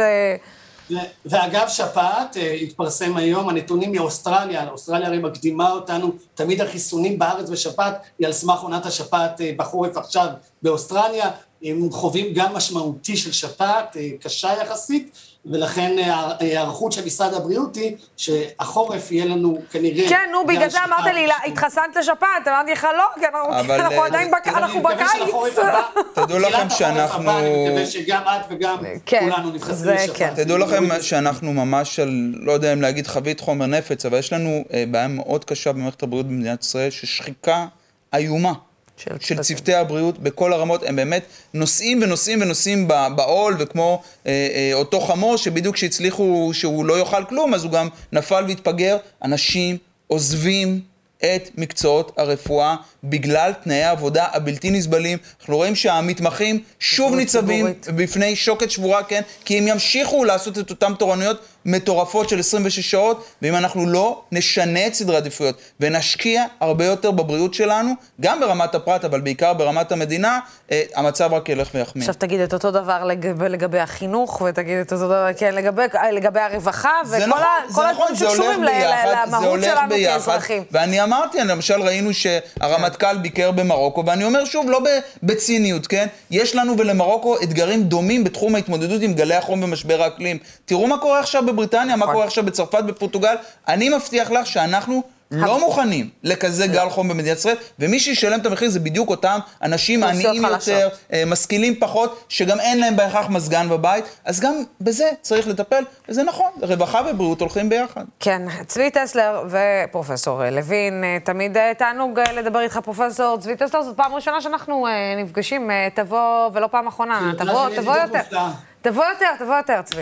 ואגב, שפעת, התפרסם היום, הנתונים מאוסטרליה, אוסטרליה הרי מקדימה אותנו, תמיד החיסונים בארץ בשפעת, היא על סמך עונת השפעת בחורף עכשיו באוסטרליה, הם חווים גם משמעותי של שפעת, קשה יחסית, ולכן הערכות של משרד הבריאות היא שהחורף יהיה לנו כנראה... כן, נו, בגלל זה אמרת לי, התחסנת לשפעת, אמרתי לך לא, כי אנחנו עדיין בקיץ. תדעו לכם שאנחנו... אני מקווה שגם את וגם כולנו נבחסים לשפעת. תדעו לכם שאנחנו ממש, לא יודע אם להגיד חבית חומר נפץ, אבל יש לנו בעיה מאוד קשה במערכת הבריאות במדינת ישראל, ששחיקה איומה. של, של צוותי הבריאות בכל הרמות, הם באמת נוסעים ונוסעים ונוסעים בעול, וכמו אה, אה, אותו חמור שבדיוק שהצליחו שהוא לא יאכל כלום, אז הוא גם נפל והתפגר. אנשים עוזבים את מקצועות הרפואה בגלל תנאי העבודה הבלתי נסבלים. אנחנו רואים שהמתמחים שוב ניצבים בפני שוקת שבורה, כן? כי הם ימשיכו לעשות את אותם תורנויות מטורפות של עשרים ושש שעות, ואם אנחנו לא נשנה את סדרי עדיפויות ונשקיע הרבה יותר בבריאות שלנו, גם ברמת הפרט, אבל בעיקר ברמת המדינה, המצב רק ילך ויחמיר. עכשיו תגיד את אותו דבר לגבי, לגבי החינוך, ותגיד את אותו דבר כן, לגבי, לגבי הרווחה, וכל נכון, ה, כל הדברים שקשורים למהות שלנו כאזרחים. ואני אמרתי, למשל ראינו שהרמטכ"ל ביקר במרוקו, ואני אומר שוב, לא בציניות, כן? יש לנו ולמרוקו אתגרים דומים בתחום ההתמודדות עם גלי החום ומשבר האקלים. תראו מה קורה עכשיו בבריטניה, מה קורה עכשיו בצרפת, בפורטוגל. אני מבטיח לך שאנחנו לא מוכנים לכזה גל חום במדינת ישראל, ומי שישלם את המחיר זה בדיוק אותם אנשים עניים יותר, משכילים פחות, שגם אין להם בהכרח מזגן בבית, אז גם בזה צריך לטפל, וזה נכון, רווחה ובריאות הולכים ביחד. כן, צבי טסלר ופרופסור לוין, תמיד תענוג לדבר איתך פרופסור צבי טסלר, זאת פעם ראשונה שאנחנו נפגשים, תבוא, ולא פעם אחרונה, תבוא, תבוא יותר, תבוא יותר, תבוא יותר צבי.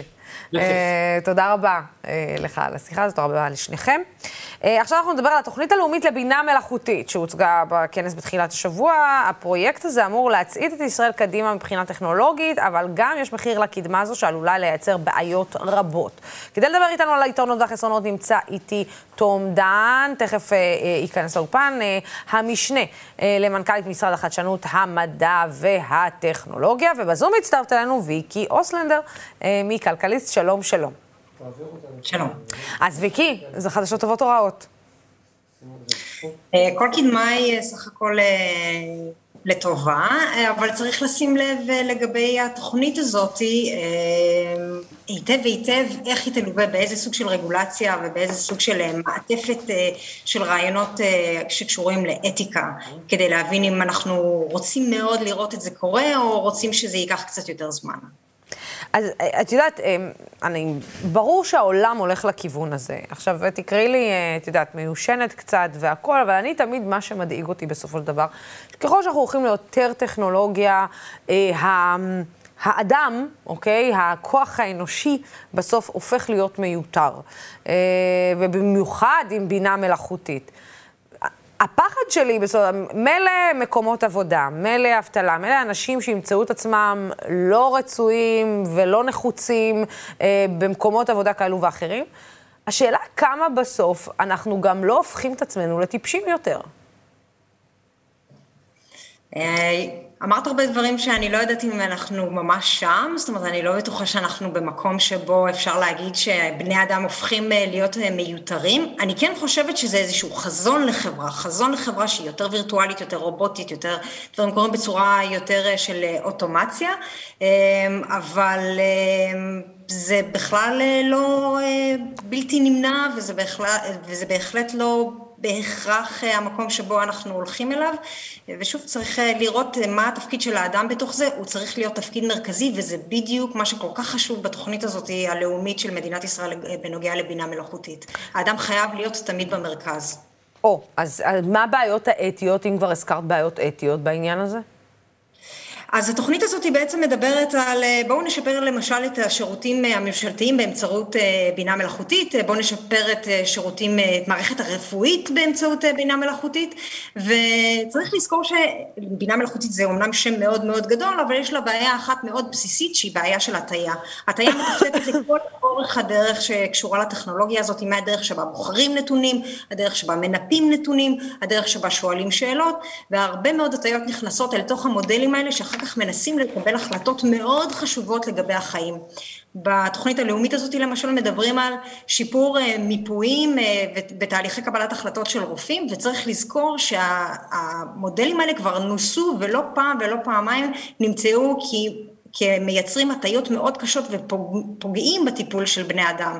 תודה רבה לך על השיחה הזאת, תודה רבה לשניכם. עכשיו אנחנו נדבר על התוכנית הלאומית לבינה מלאכותית שהוצגה בכנס בתחילת השבוע. הפרויקט הזה אמור להצעיד את ישראל קדימה מבחינה טכנולוגית, אבל גם יש מחיר לקדמה הזו שעלולה לייצר בעיות רבות. כדי לדבר איתנו על היתרונות והחסרונות נמצא איתי תום דן, תכף ייכנס לאופן, המשנה למנכ"לית משרד החדשנות, המדע והטכנולוגיה, ובזום הצטרפת אלינו ויקי אוסלנדר מכלכליסט. שלום, שלום. שלום. אז ויקי, זה חדשות טובות או רעות? כל קדמה היא סך הכל לטובה, אבל צריך לשים לב לגבי התוכנית הזאת, היטב והיטב איך היא תלווה, באיזה סוג של רגולציה ובאיזה סוג של מעטפת של רעיונות שקשורים לאתיקה, כדי להבין אם אנחנו רוצים מאוד לראות את זה קורה, או רוצים שזה ייקח קצת יותר זמן. אז את יודעת, אני, ברור שהעולם הולך לכיוון הזה. עכשיו, תקראי לי, את יודעת, מיושנת קצת והכל, אבל אני תמיד, מה שמדאיג אותי בסופו של דבר, ככל שאנחנו הולכים ליותר טכנולוגיה, האדם, אוקיי, הכוח האנושי בסוף הופך להיות מיותר. ובמיוחד עם בינה מלאכותית. הפחד שלי, מלא מקומות עבודה, מלא אבטלה, מלא אנשים שימצאו את עצמם לא רצויים ולא נחוצים אה, במקומות עבודה כאלו ואחרים. השאלה כמה בסוף אנחנו גם לא הופכים את עצמנו לטיפשים יותר. אמרת הרבה דברים שאני לא יודעת אם אנחנו ממש שם, זאת אומרת, אני לא בטוחה שאנחנו במקום שבו אפשר להגיד שבני אדם הופכים להיות מיותרים. אני כן חושבת שזה איזשהו חזון לחברה, חזון לחברה שהיא יותר וירטואלית, יותר רובוטית, יותר דברים קוראים בצורה יותר של אוטומציה, אבל זה בכלל לא בלתי נמנע, וזה בהחלט, וזה בהחלט לא בהכרח המקום שבו אנחנו הולכים אליו, ושוב צריך לראות מה התפקיד של האדם בתוך זה, הוא צריך להיות תפקיד מרכזי, וזה בדיוק מה שכל כך חשוב בתוכנית הזאת הלאומית של מדינת ישראל בנוגע לבינה מלאכותית. האדם חייב להיות תמיד במרכז. או, אז מה הבעיות האתיות, אם כבר הזכרת בעיות אתיות בעניין הזה? אז התוכנית הזאת היא בעצם מדברת על, בואו נשפר למשל את השירותים הממשלתיים באמצעות בינה מלאכותית, בואו נשפר את שירותים, את מערכת הרפואית באמצעות בינה מלאכותית, וצריך לזכור שבינה מלאכותית זה אומנם שם מאוד מאוד גדול, אבל יש לה בעיה אחת מאוד בסיסית שהיא בעיה של הטעיה. הטעיה מתפתפת לכל אורך הדרך שקשורה לטכנולוגיה הזאת, היא מהדרך שבה בוחרים נתונים, הדרך שבה מנפים נתונים, הדרך שבה שואלים שאלות, והרבה מאוד הטעיות נכנסות אל תוך המודלים האלה שאחר כך מנסים לקבל החלטות מאוד חשובות לגבי החיים. בתוכנית הלאומית הזאת למשל מדברים על שיפור מיפויים בתהליכי קבלת החלטות של רופאים, וצריך לזכור שהמודלים האלה כבר נוסו ולא פעם ולא פעמיים נמצאו כי כי מייצרים הטיות מאוד קשות ופוגעים בטיפול של בני אדם.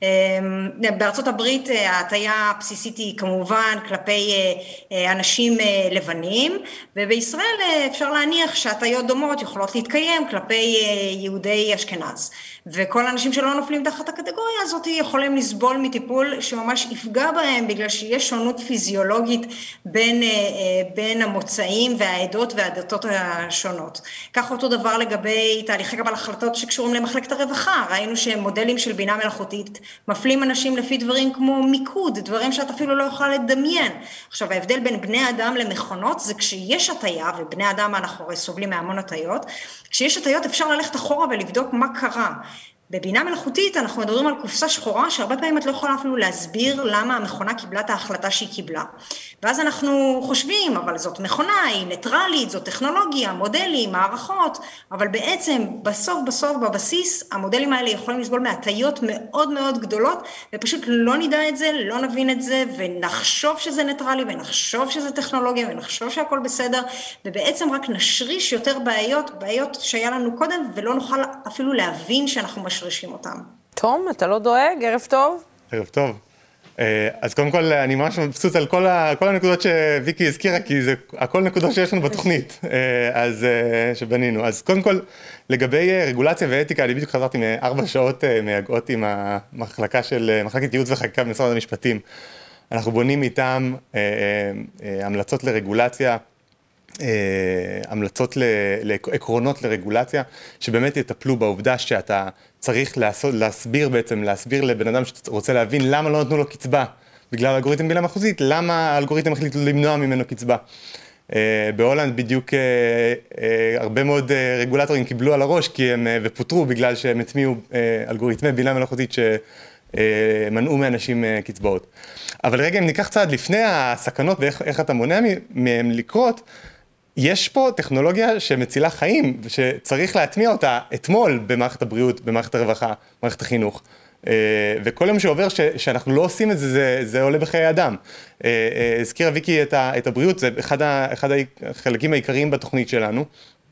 בארצות הברית ההטיה הבסיסית היא כמובן כלפי אנשים לבנים, ובישראל אפשר להניח שהטיות דומות יכולות להתקיים כלפי יהודי אשכנז. וכל האנשים שלא נופלים תחת הקטגוריה הזאת יכולים לסבול מטיפול שממש יפגע בהם, בגלל שיש שונות פיזיולוגית בין, בין המוצאים והעדות והדתות השונות. כך אותו דבר לגבי תהליכי קבל החלטות שקשורים למחלקת הרווחה. ראינו שמודלים של בינה מלאכותית מפלים אנשים לפי דברים כמו מיקוד, דברים שאת אפילו לא יכולה לדמיין. עכשיו, ההבדל בין בני אדם למכונות זה כשיש הטיה, ובני אדם אנחנו הרי סובלים מהמון הטיות, כשיש הטיות אפשר ללכת אחורה ולבדוק מה קרה. בבינה מלאכותית אנחנו מדברים על קופסה שחורה שהרבה פעמים את לא יכולה אפילו להסביר למה המכונה קיבלה את ההחלטה שהיא קיבלה. ואז אנחנו חושבים, אבל זאת מכונה, היא ניטרלית, זאת טכנולוגיה, מודלים, מערכות, אבל בעצם בסוף בסוף בבסיס המודלים האלה יכולים לסבול מהטיות מאוד מאוד גדולות, ופשוט לא נדע את זה, לא נבין את זה, ונחשוב שזה ניטרלי, ונחשוב שזה טכנולוגיה, ונחשוב שהכל בסדר, ובעצם רק נשריש יותר בעיות, בעיות שהיה לנו קודם, ולא נוכל אפילו להבין שאנחנו משרישים אותם. תום, אתה לא דואג? ערב טוב? ערב טוב. אז קודם כל, אני ממש מבסוט על כל, ה, כל הנקודות שוויקי הזכירה, כי זה הכל נקודות שיש לנו בתוכנית, אז שבנינו. אז קודם כל, לגבי רגולציה ואתיקה, אני בדיוק חזרתי מארבע שעות מייגעות עם המחלקה של, מחלקת ייעוץ וחקיקה במשרד המשפטים. אנחנו בונים איתם המלצות לרגולציה, המלצות לעקרונות לרגולציה, שבאמת יטפלו בעובדה שאתה צריך לעשות, להסביר בעצם, להסביר לבן אדם שרוצה להבין למה לא נתנו לו קצבה, בגלל האלגוריתם בינה מלאכותית, למה האלגוריתם החליט למנוע ממנו קצבה. בהולנד בדיוק הרבה מאוד רגולטורים קיבלו על הראש, כי הם ופוטרו בגלל שהם הטמיעו אלגוריתמי בינה מלאכותית שמנעו מאנשים קצבאות. אבל רגע, אם ניקח צעד לפני הסכנות ואיך אתה מונע מהם לקרות, יש פה טכנולוגיה שמצילה חיים, שצריך להטמיע אותה אתמול במערכת הבריאות, במערכת הרווחה, במערכת החינוך. וכל יום שעובר ש, שאנחנו לא עושים את זה, זה, זה עולה בחיי אדם. הזכירה ויקי את, ה, את הבריאות, זה אחד, ה, אחד החלקים העיקריים בתוכנית שלנו.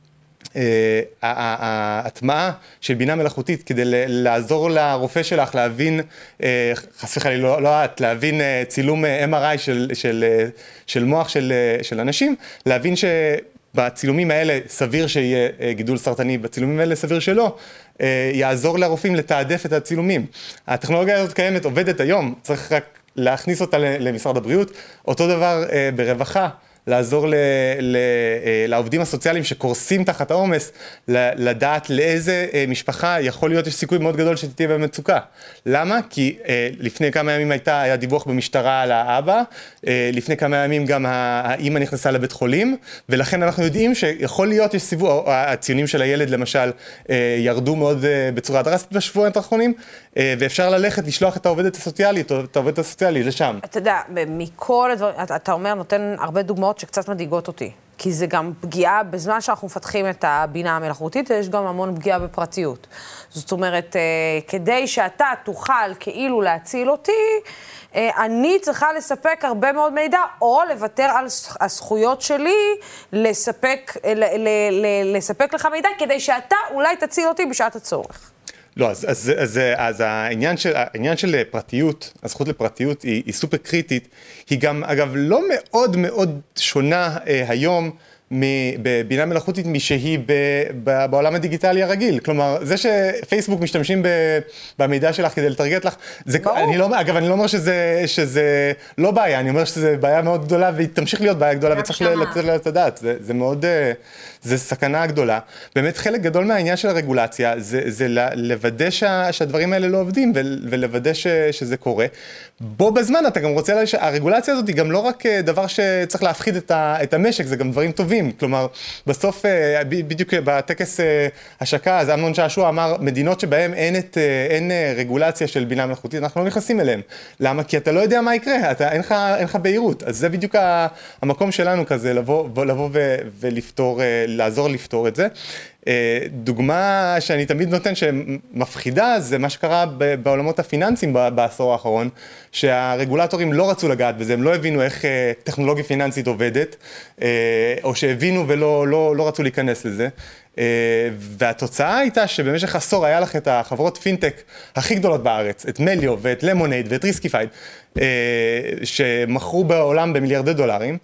ההטמעה של בינה מלאכותית כדי לעזור לרופא שלך להבין, חס וחלילה לא, לא את, להבין צילום אם אר איי של, של, של מוח של, של אנשים, להבין שבצילומים האלה סביר שיהיה גידול סרטני, בצילומים האלה סביר שלא, יעזור לרופאים לתעדף את הצילומים. הטכנולוגיה הזאת קיימת, עובדת היום, צריך רק להכניס אותה למשרד הבריאות. אותו דבר ברווחה, לעזור ל, ל, לעובדים הסוציאליים שקורסים תחת העומס, לדעת לאיזה משפחה יכול להיות יש סיכוי מאוד גדול שתהיה במצוקה. למה? כי לפני כמה ימים הייתה, היה דיווח במשטרה על האבא, לפני כמה ימים גם האמא נכנסה לבית חולים, ולכן אנחנו יודעים שיכול להיות יש סיבוב, הציונים של הילד למשל ירדו מאוד בצורה דרסטית בשבועות האחרונים, ואפשר ללכת לשלוח את העובדת הסוציאלית או את העובדת הסוציאלית לשם. אתה יודע, מכל הדברים, אתה אומר, נותן הרבה דוגמאות שקצת מדאיגות אותי, כי זה גם פגיעה, בזמן שאנחנו מפתחים את הבינה המלאכותית, יש גם המון פגיעה בפרטיות. זאת אומרת, כדי שאתה תוכל כאילו להציל אותי, אני צריכה לספק הרבה מאוד מידע, או לוותר על הזכויות שלי, לספק, לספק לך מידע, כדי שאתה אולי תציל אותי בשעת הצורך. לא, אז, אז, אז, אז העניין של, העניין של פרטיות, הזכות לפרטיות היא, היא סופר קריטית, היא גם, אגב, לא מאוד מאוד שונה אה, היום בבינה מלאכותית משהיא בעולם הדיגיטלי הרגיל. כלומר, זה שפייסבוק משתמשים במידע שלך כדי לתרגט לך, זה, אני לא, אגב, אני לא אומר שזה, שזה לא בעיה, אני אומר שזה בעיה מאוד גדולה, והיא תמשיך להיות בעיה גדולה, וצריך לתת לה את הדעת. זה, זה מאוד, זה סכנה גדולה. באמת, חלק גדול מהעניין של הרגולציה, זה, זה לוודא שה, שהדברים האלה לא עובדים, ולוודא ש, שזה קורה. בו בזמן, אתה גם רוצה, הרגולציה הזאת היא גם לא רק דבר שצריך להפחיד את, ה, את המשק, זה גם דברים טובים. כלומר, בסוף, בדיוק בטקס השקה, אז אמנון שעשוע אמר, מדינות שבהן אין, את, אין רגולציה של בינה מלאכותית, אנחנו לא נכנסים אליהם. למה? כי אתה לא יודע מה יקרה, אתה, אין לך, אין לך בהירות. אז זה בדיוק המקום שלנו כזה, לבוא, לבוא ו, ולפתור, לעזור לפתור את זה. דוגמה שאני תמיד נותן שמפחידה, זה מה שקרה בעולמות הפיננסיים בעשור האחרון, שהרגולטורים לא רצו לגעת בזה, הם לא הבינו איך טכנולוגיה פיננסית עובדת, או שהבינו ולא לא, לא רצו להיכנס לזה. והתוצאה הייתה שבמשך עשור היה לך את החברות פינטק הכי גדולות בארץ, את מליו ואת למונייד ואת ריסקיפייד, שמכרו בעולם במיליארדי דולרים,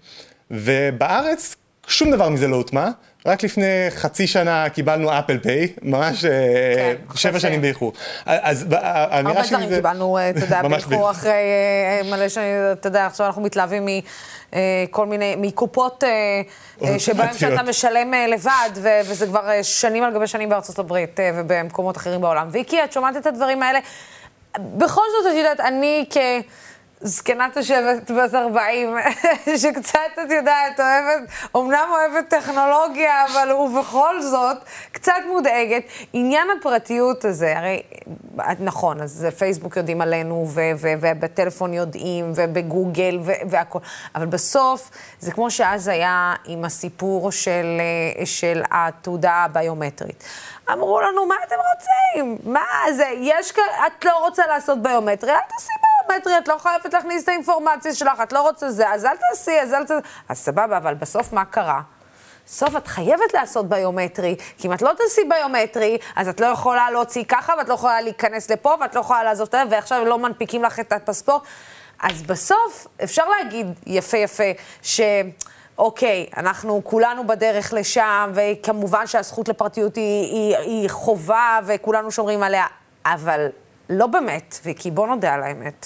ובארץ שום דבר מזה לא הוטמע, רק לפני חצי שנה קיבלנו אפל פיי, ממש שבע שנים באיחור. אז האמירה שלי זה... הרבה דברים קיבלנו, אתה יודע, באיחור אחרי מלא שנים, אתה יודע, עכשיו אנחנו מתלהבים מכל מיני, מקופות שבהם שאתה משלם לבד, וזה כבר שנים על גבי שנים בארצות הברית ובמקומות אחרים בעולם. ויקי, את שומעת את הדברים האלה? בכל זאת, את יודעת, אני כ... זקנת השבט בת ארבעים, שקצת, את יודעת, אוהבת, אמנם אוהבת טכנולוגיה, אבל ובכל זאת, קצת מודאגת. עניין הפרטיות הזה, הרי, נכון, אז פייסבוק יודעים עלינו, ו- ו- ובטלפון יודעים, ובגוגל, ו- והכל. אבל בסוף, זה כמו שאז היה עם הסיפור של, של התעודה הביומטרית. אמרו לנו, מה אתם רוצים? מה זה? יש כאן, את לא רוצה לעשות ביומטריה, אל תעשי ביומטריה, את לא חייבת להכניס את האינפורמציה שלך, את לא רוצה זה, אז אל תעשי, אז אל תעשי. אז סבבה, אבל בסוף מה קרה? בסוף את חייבת לעשות ביומטרי, כי אם את לא תעשי ביומטרי, אז את לא יכולה להוציא ככה, ואת לא יכולה להיכנס לפה, ואת לא יכולה לעזוב את זה, ועכשיו לא מנפיקים לך את הפספורט. אז בסוף אפשר להגיד יפה יפה, ש... אוקיי, אנחנו כולנו בדרך לשם, וכמובן שהזכות לפרטיות היא, היא, היא חובה, וכולנו שומרים עליה, אבל לא באמת, וכי בוא נודע על האמת.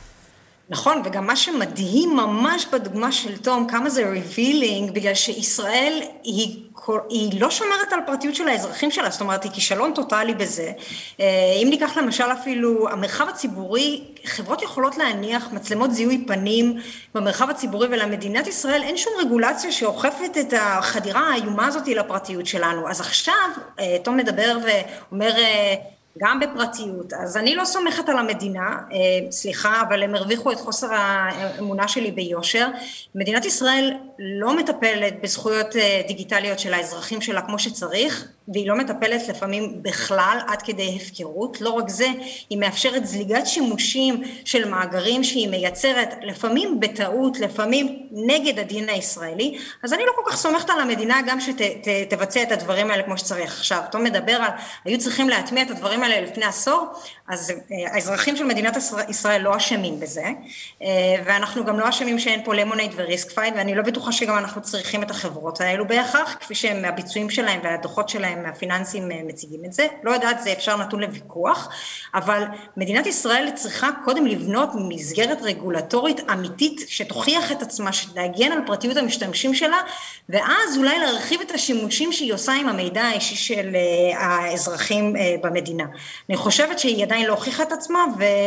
נכון, וגם מה שמדהים ממש בדוגמה של תום, כמה זה revealing, בגלל שישראל היא, היא לא שומרת על פרטיות של האזרחים שלה, זאת אומרת, היא כישלון טוטלי בזה. אם ניקח למשל אפילו, המרחב הציבורי, חברות יכולות להניח מצלמות זיהוי פנים במרחב הציבורי, ולמדינת ישראל אין שום רגולציה שאוכפת את החדירה האיומה הזאת לפרטיות שלנו. אז עכשיו, תום מדבר ואומר... גם בפרטיות. אז אני לא סומכת על המדינה, סליחה, אבל הם הרוויחו את חוסר האמונה שלי ביושר. מדינת ישראל לא מטפלת בזכויות דיגיטליות של האזרחים שלה כמו שצריך, והיא לא מטפלת לפעמים בכלל עד כדי הפקרות. לא רק זה, היא מאפשרת זליגת שימושים של מאגרים שהיא מייצרת, לפעמים בטעות, לפעמים נגד הדין הישראלי. אז אני לא כל כך סומכת על המדינה גם שתבצע את הדברים האלה כמו שצריך. עכשיו, תום מדבר על, היו צריכים להטמיע את הדברים האלה לפני עשור, אז האזרחים של מדינת ישראל לא אשמים בזה, ואנחנו גם לא אשמים שאין פה למונייד וריסקפייד, ואני לא בטוחה שגם אנחנו צריכים את החברות האלו בהכרח, כפי שהם מהביצועים שלהם והדוחות שלהם מהפיננסים מציגים את זה. לא יודעת, זה אפשר נתון לוויכוח, אבל מדינת ישראל צריכה קודם לבנות מסגרת רגולטורית אמיתית, שתוכיח את עצמה, שתגן על פרטיות המשתמשים שלה, ואז אולי להרחיב את השימושים שהיא עושה עם המידע האישי של האזרחים במדינה. אני חושבת שהיא עדיין לא הוכיחה את עצמה,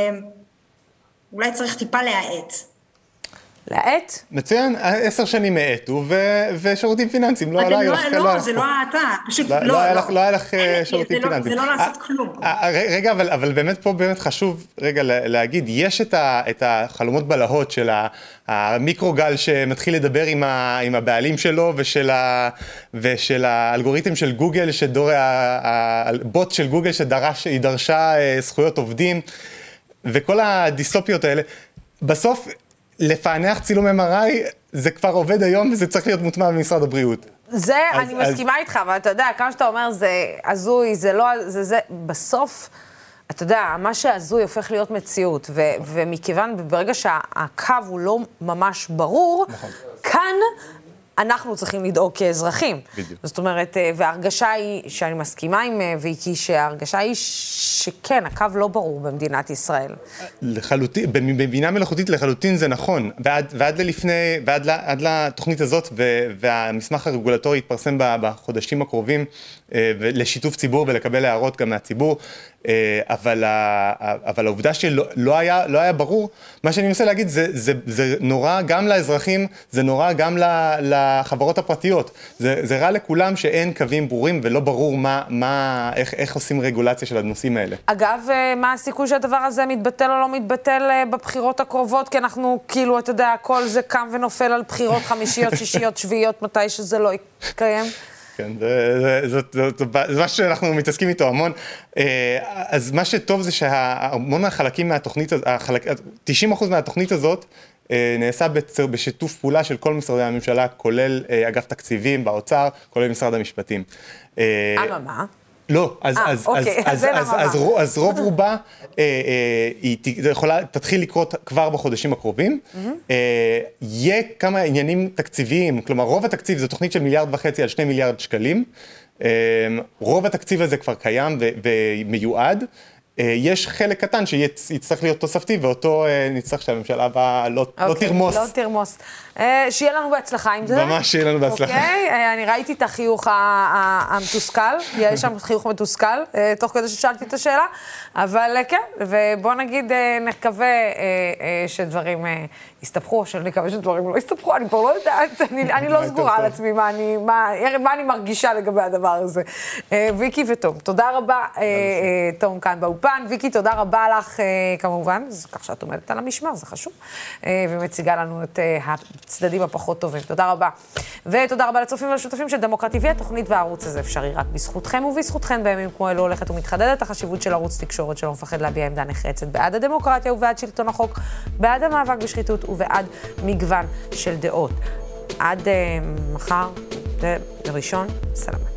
ואולי צריך טיפה להאט. להאט? מצוין, עשר שנים האטו, ושירותים פיננסיים, לא עלה... לא, זה לא האטה, פשוט לא. לא היה לך שירותים פיננסיים. זה לא לעשות כלום. רגע, אבל באמת פה באמת חשוב רגע להגיד, יש את החלומות בלהות של המיקרוגל שמתחיל לדבר עם הבעלים שלו, ושל האלגוריתם של גוגל, הבוט של גוגל שהיא דרשה זכויות עובדים, וכל הדיסטופיות האלה. בסוף, לפענח צילום אם אר איי, זה כבר עובד היום, וזה צריך להיות מוטמע במשרד הבריאות. זה, אז, אני אז... מסכימה איתך, אבל אתה יודע, כמה שאתה אומר, זה הזוי, זה לא, זה, זה, בסוף, אתה יודע, מה שהזוי הופך להיות מציאות, ו, ומכיוון, ברגע שהקו הוא לא ממש ברור, נכון. כאן אנחנו צריכים לדאוג כאזרחים. בדיוק. זאת אומרת, וההרגשה היא, שאני מסכימה עם ויקי, שההרגשה היא שכן, הקו לא ברור במדינת ישראל. לחלוטין, בבינה מלאכותית לחלוטין זה נכון, ועד, ועד ללפני, ועד עד לתוכנית הזאת, והמסמך הרגולטורי יתפרסם בחודשים הקרובים, לשיתוף ציבור ולקבל הערות גם מהציבור, אבל, אבל העובדה שלא לא היה, לא היה ברור, מה שאני מנסה להגיד, זה, זה, זה נורא גם לאזרחים, זה נורא גם לחברות הפרטיות. זה, זה רע לכולם שאין קווים ברורים ולא ברור מה, מה, איך, איך עושים רגולציה של הנושאים האלה. אגב, מה הסיכוי שהדבר הזה מתבטל או לא מתבטל בבחירות הקרובות? כי אנחנו, כאילו, אתה יודע, כל זה קם ונופל על בחירות חמישיות, שישיות, שביעיות, מתי שזה לא יקיים. כן, זה, זה, זה, זה, זה משהו שאנחנו מתעסקים איתו המון. אז מה שטוב זה שהמון החלקים מהתוכנית, החלק, תשעים אחוז מהתוכנית הזאת נעשה בשיתוף פעולה של כל משרדי הממשלה, כולל אגף תקציבים באוצר, כולל משרד המשפטים. אמה מה? לא, אז, 아, אז, אוקיי, אז, אז, אז, אז, אז רוב רובה אה, אה, היא יכולה, תתחיל לקרות כבר בחודשים הקרובים. Mm-hmm. אה, יהיה כמה עניינים תקציביים, כלומר רוב התקציב זו תוכנית של מיליארד וחצי על שני מיליארד שקלים. אה, רוב התקציב הזה כבר קיים ו- ומיועד. יש חלק קטן שיצטרך להיות תוספתי, ואותו נצטרך שהממשלה הבאה לא תרמוס. לא תרמוס. שיהיה לנו בהצלחה עם זה. ממש שיהיה לנו בהצלחה. אוקיי, אני ראיתי את החיוך המתוסכל, יש שם חיוך מתוסכל, תוך כדי ששאלתי את השאלה, אבל כן, ובוא נגיד, נקווה שדברים יסתבכו, שנקווה שדברים לא יסתבכו, אני כבר לא יודעת, אני לא סגורה על עצמי, מה אני מרגישה לגבי הדבר הזה. ויקי ותום, תודה רבה, תום כאן באופן, ויקי, תודה רבה לך, כמובן, כך שאת עומדת על המשמר, זה חשוב, ומציגה לנו את הצדדים הפחות טובים. תודה רבה. ותודה רבה לצופים ולשותפים של דמוקרט טי וי, התוכנית והערוץ הזה אפשרי רק בזכותכם ובזכותכן בימים כמו אלו הולכת ומתחדדת החשיבות של ערוץ תקשורת שלא מפחד להביע עמדה נחרצת בעד הדמוקרטיה ובעד שלטון החוק, בעד המאבק בשחיתות ובעד מגוון של דעות. עד uh, מחר, זה ראשון, סלאם.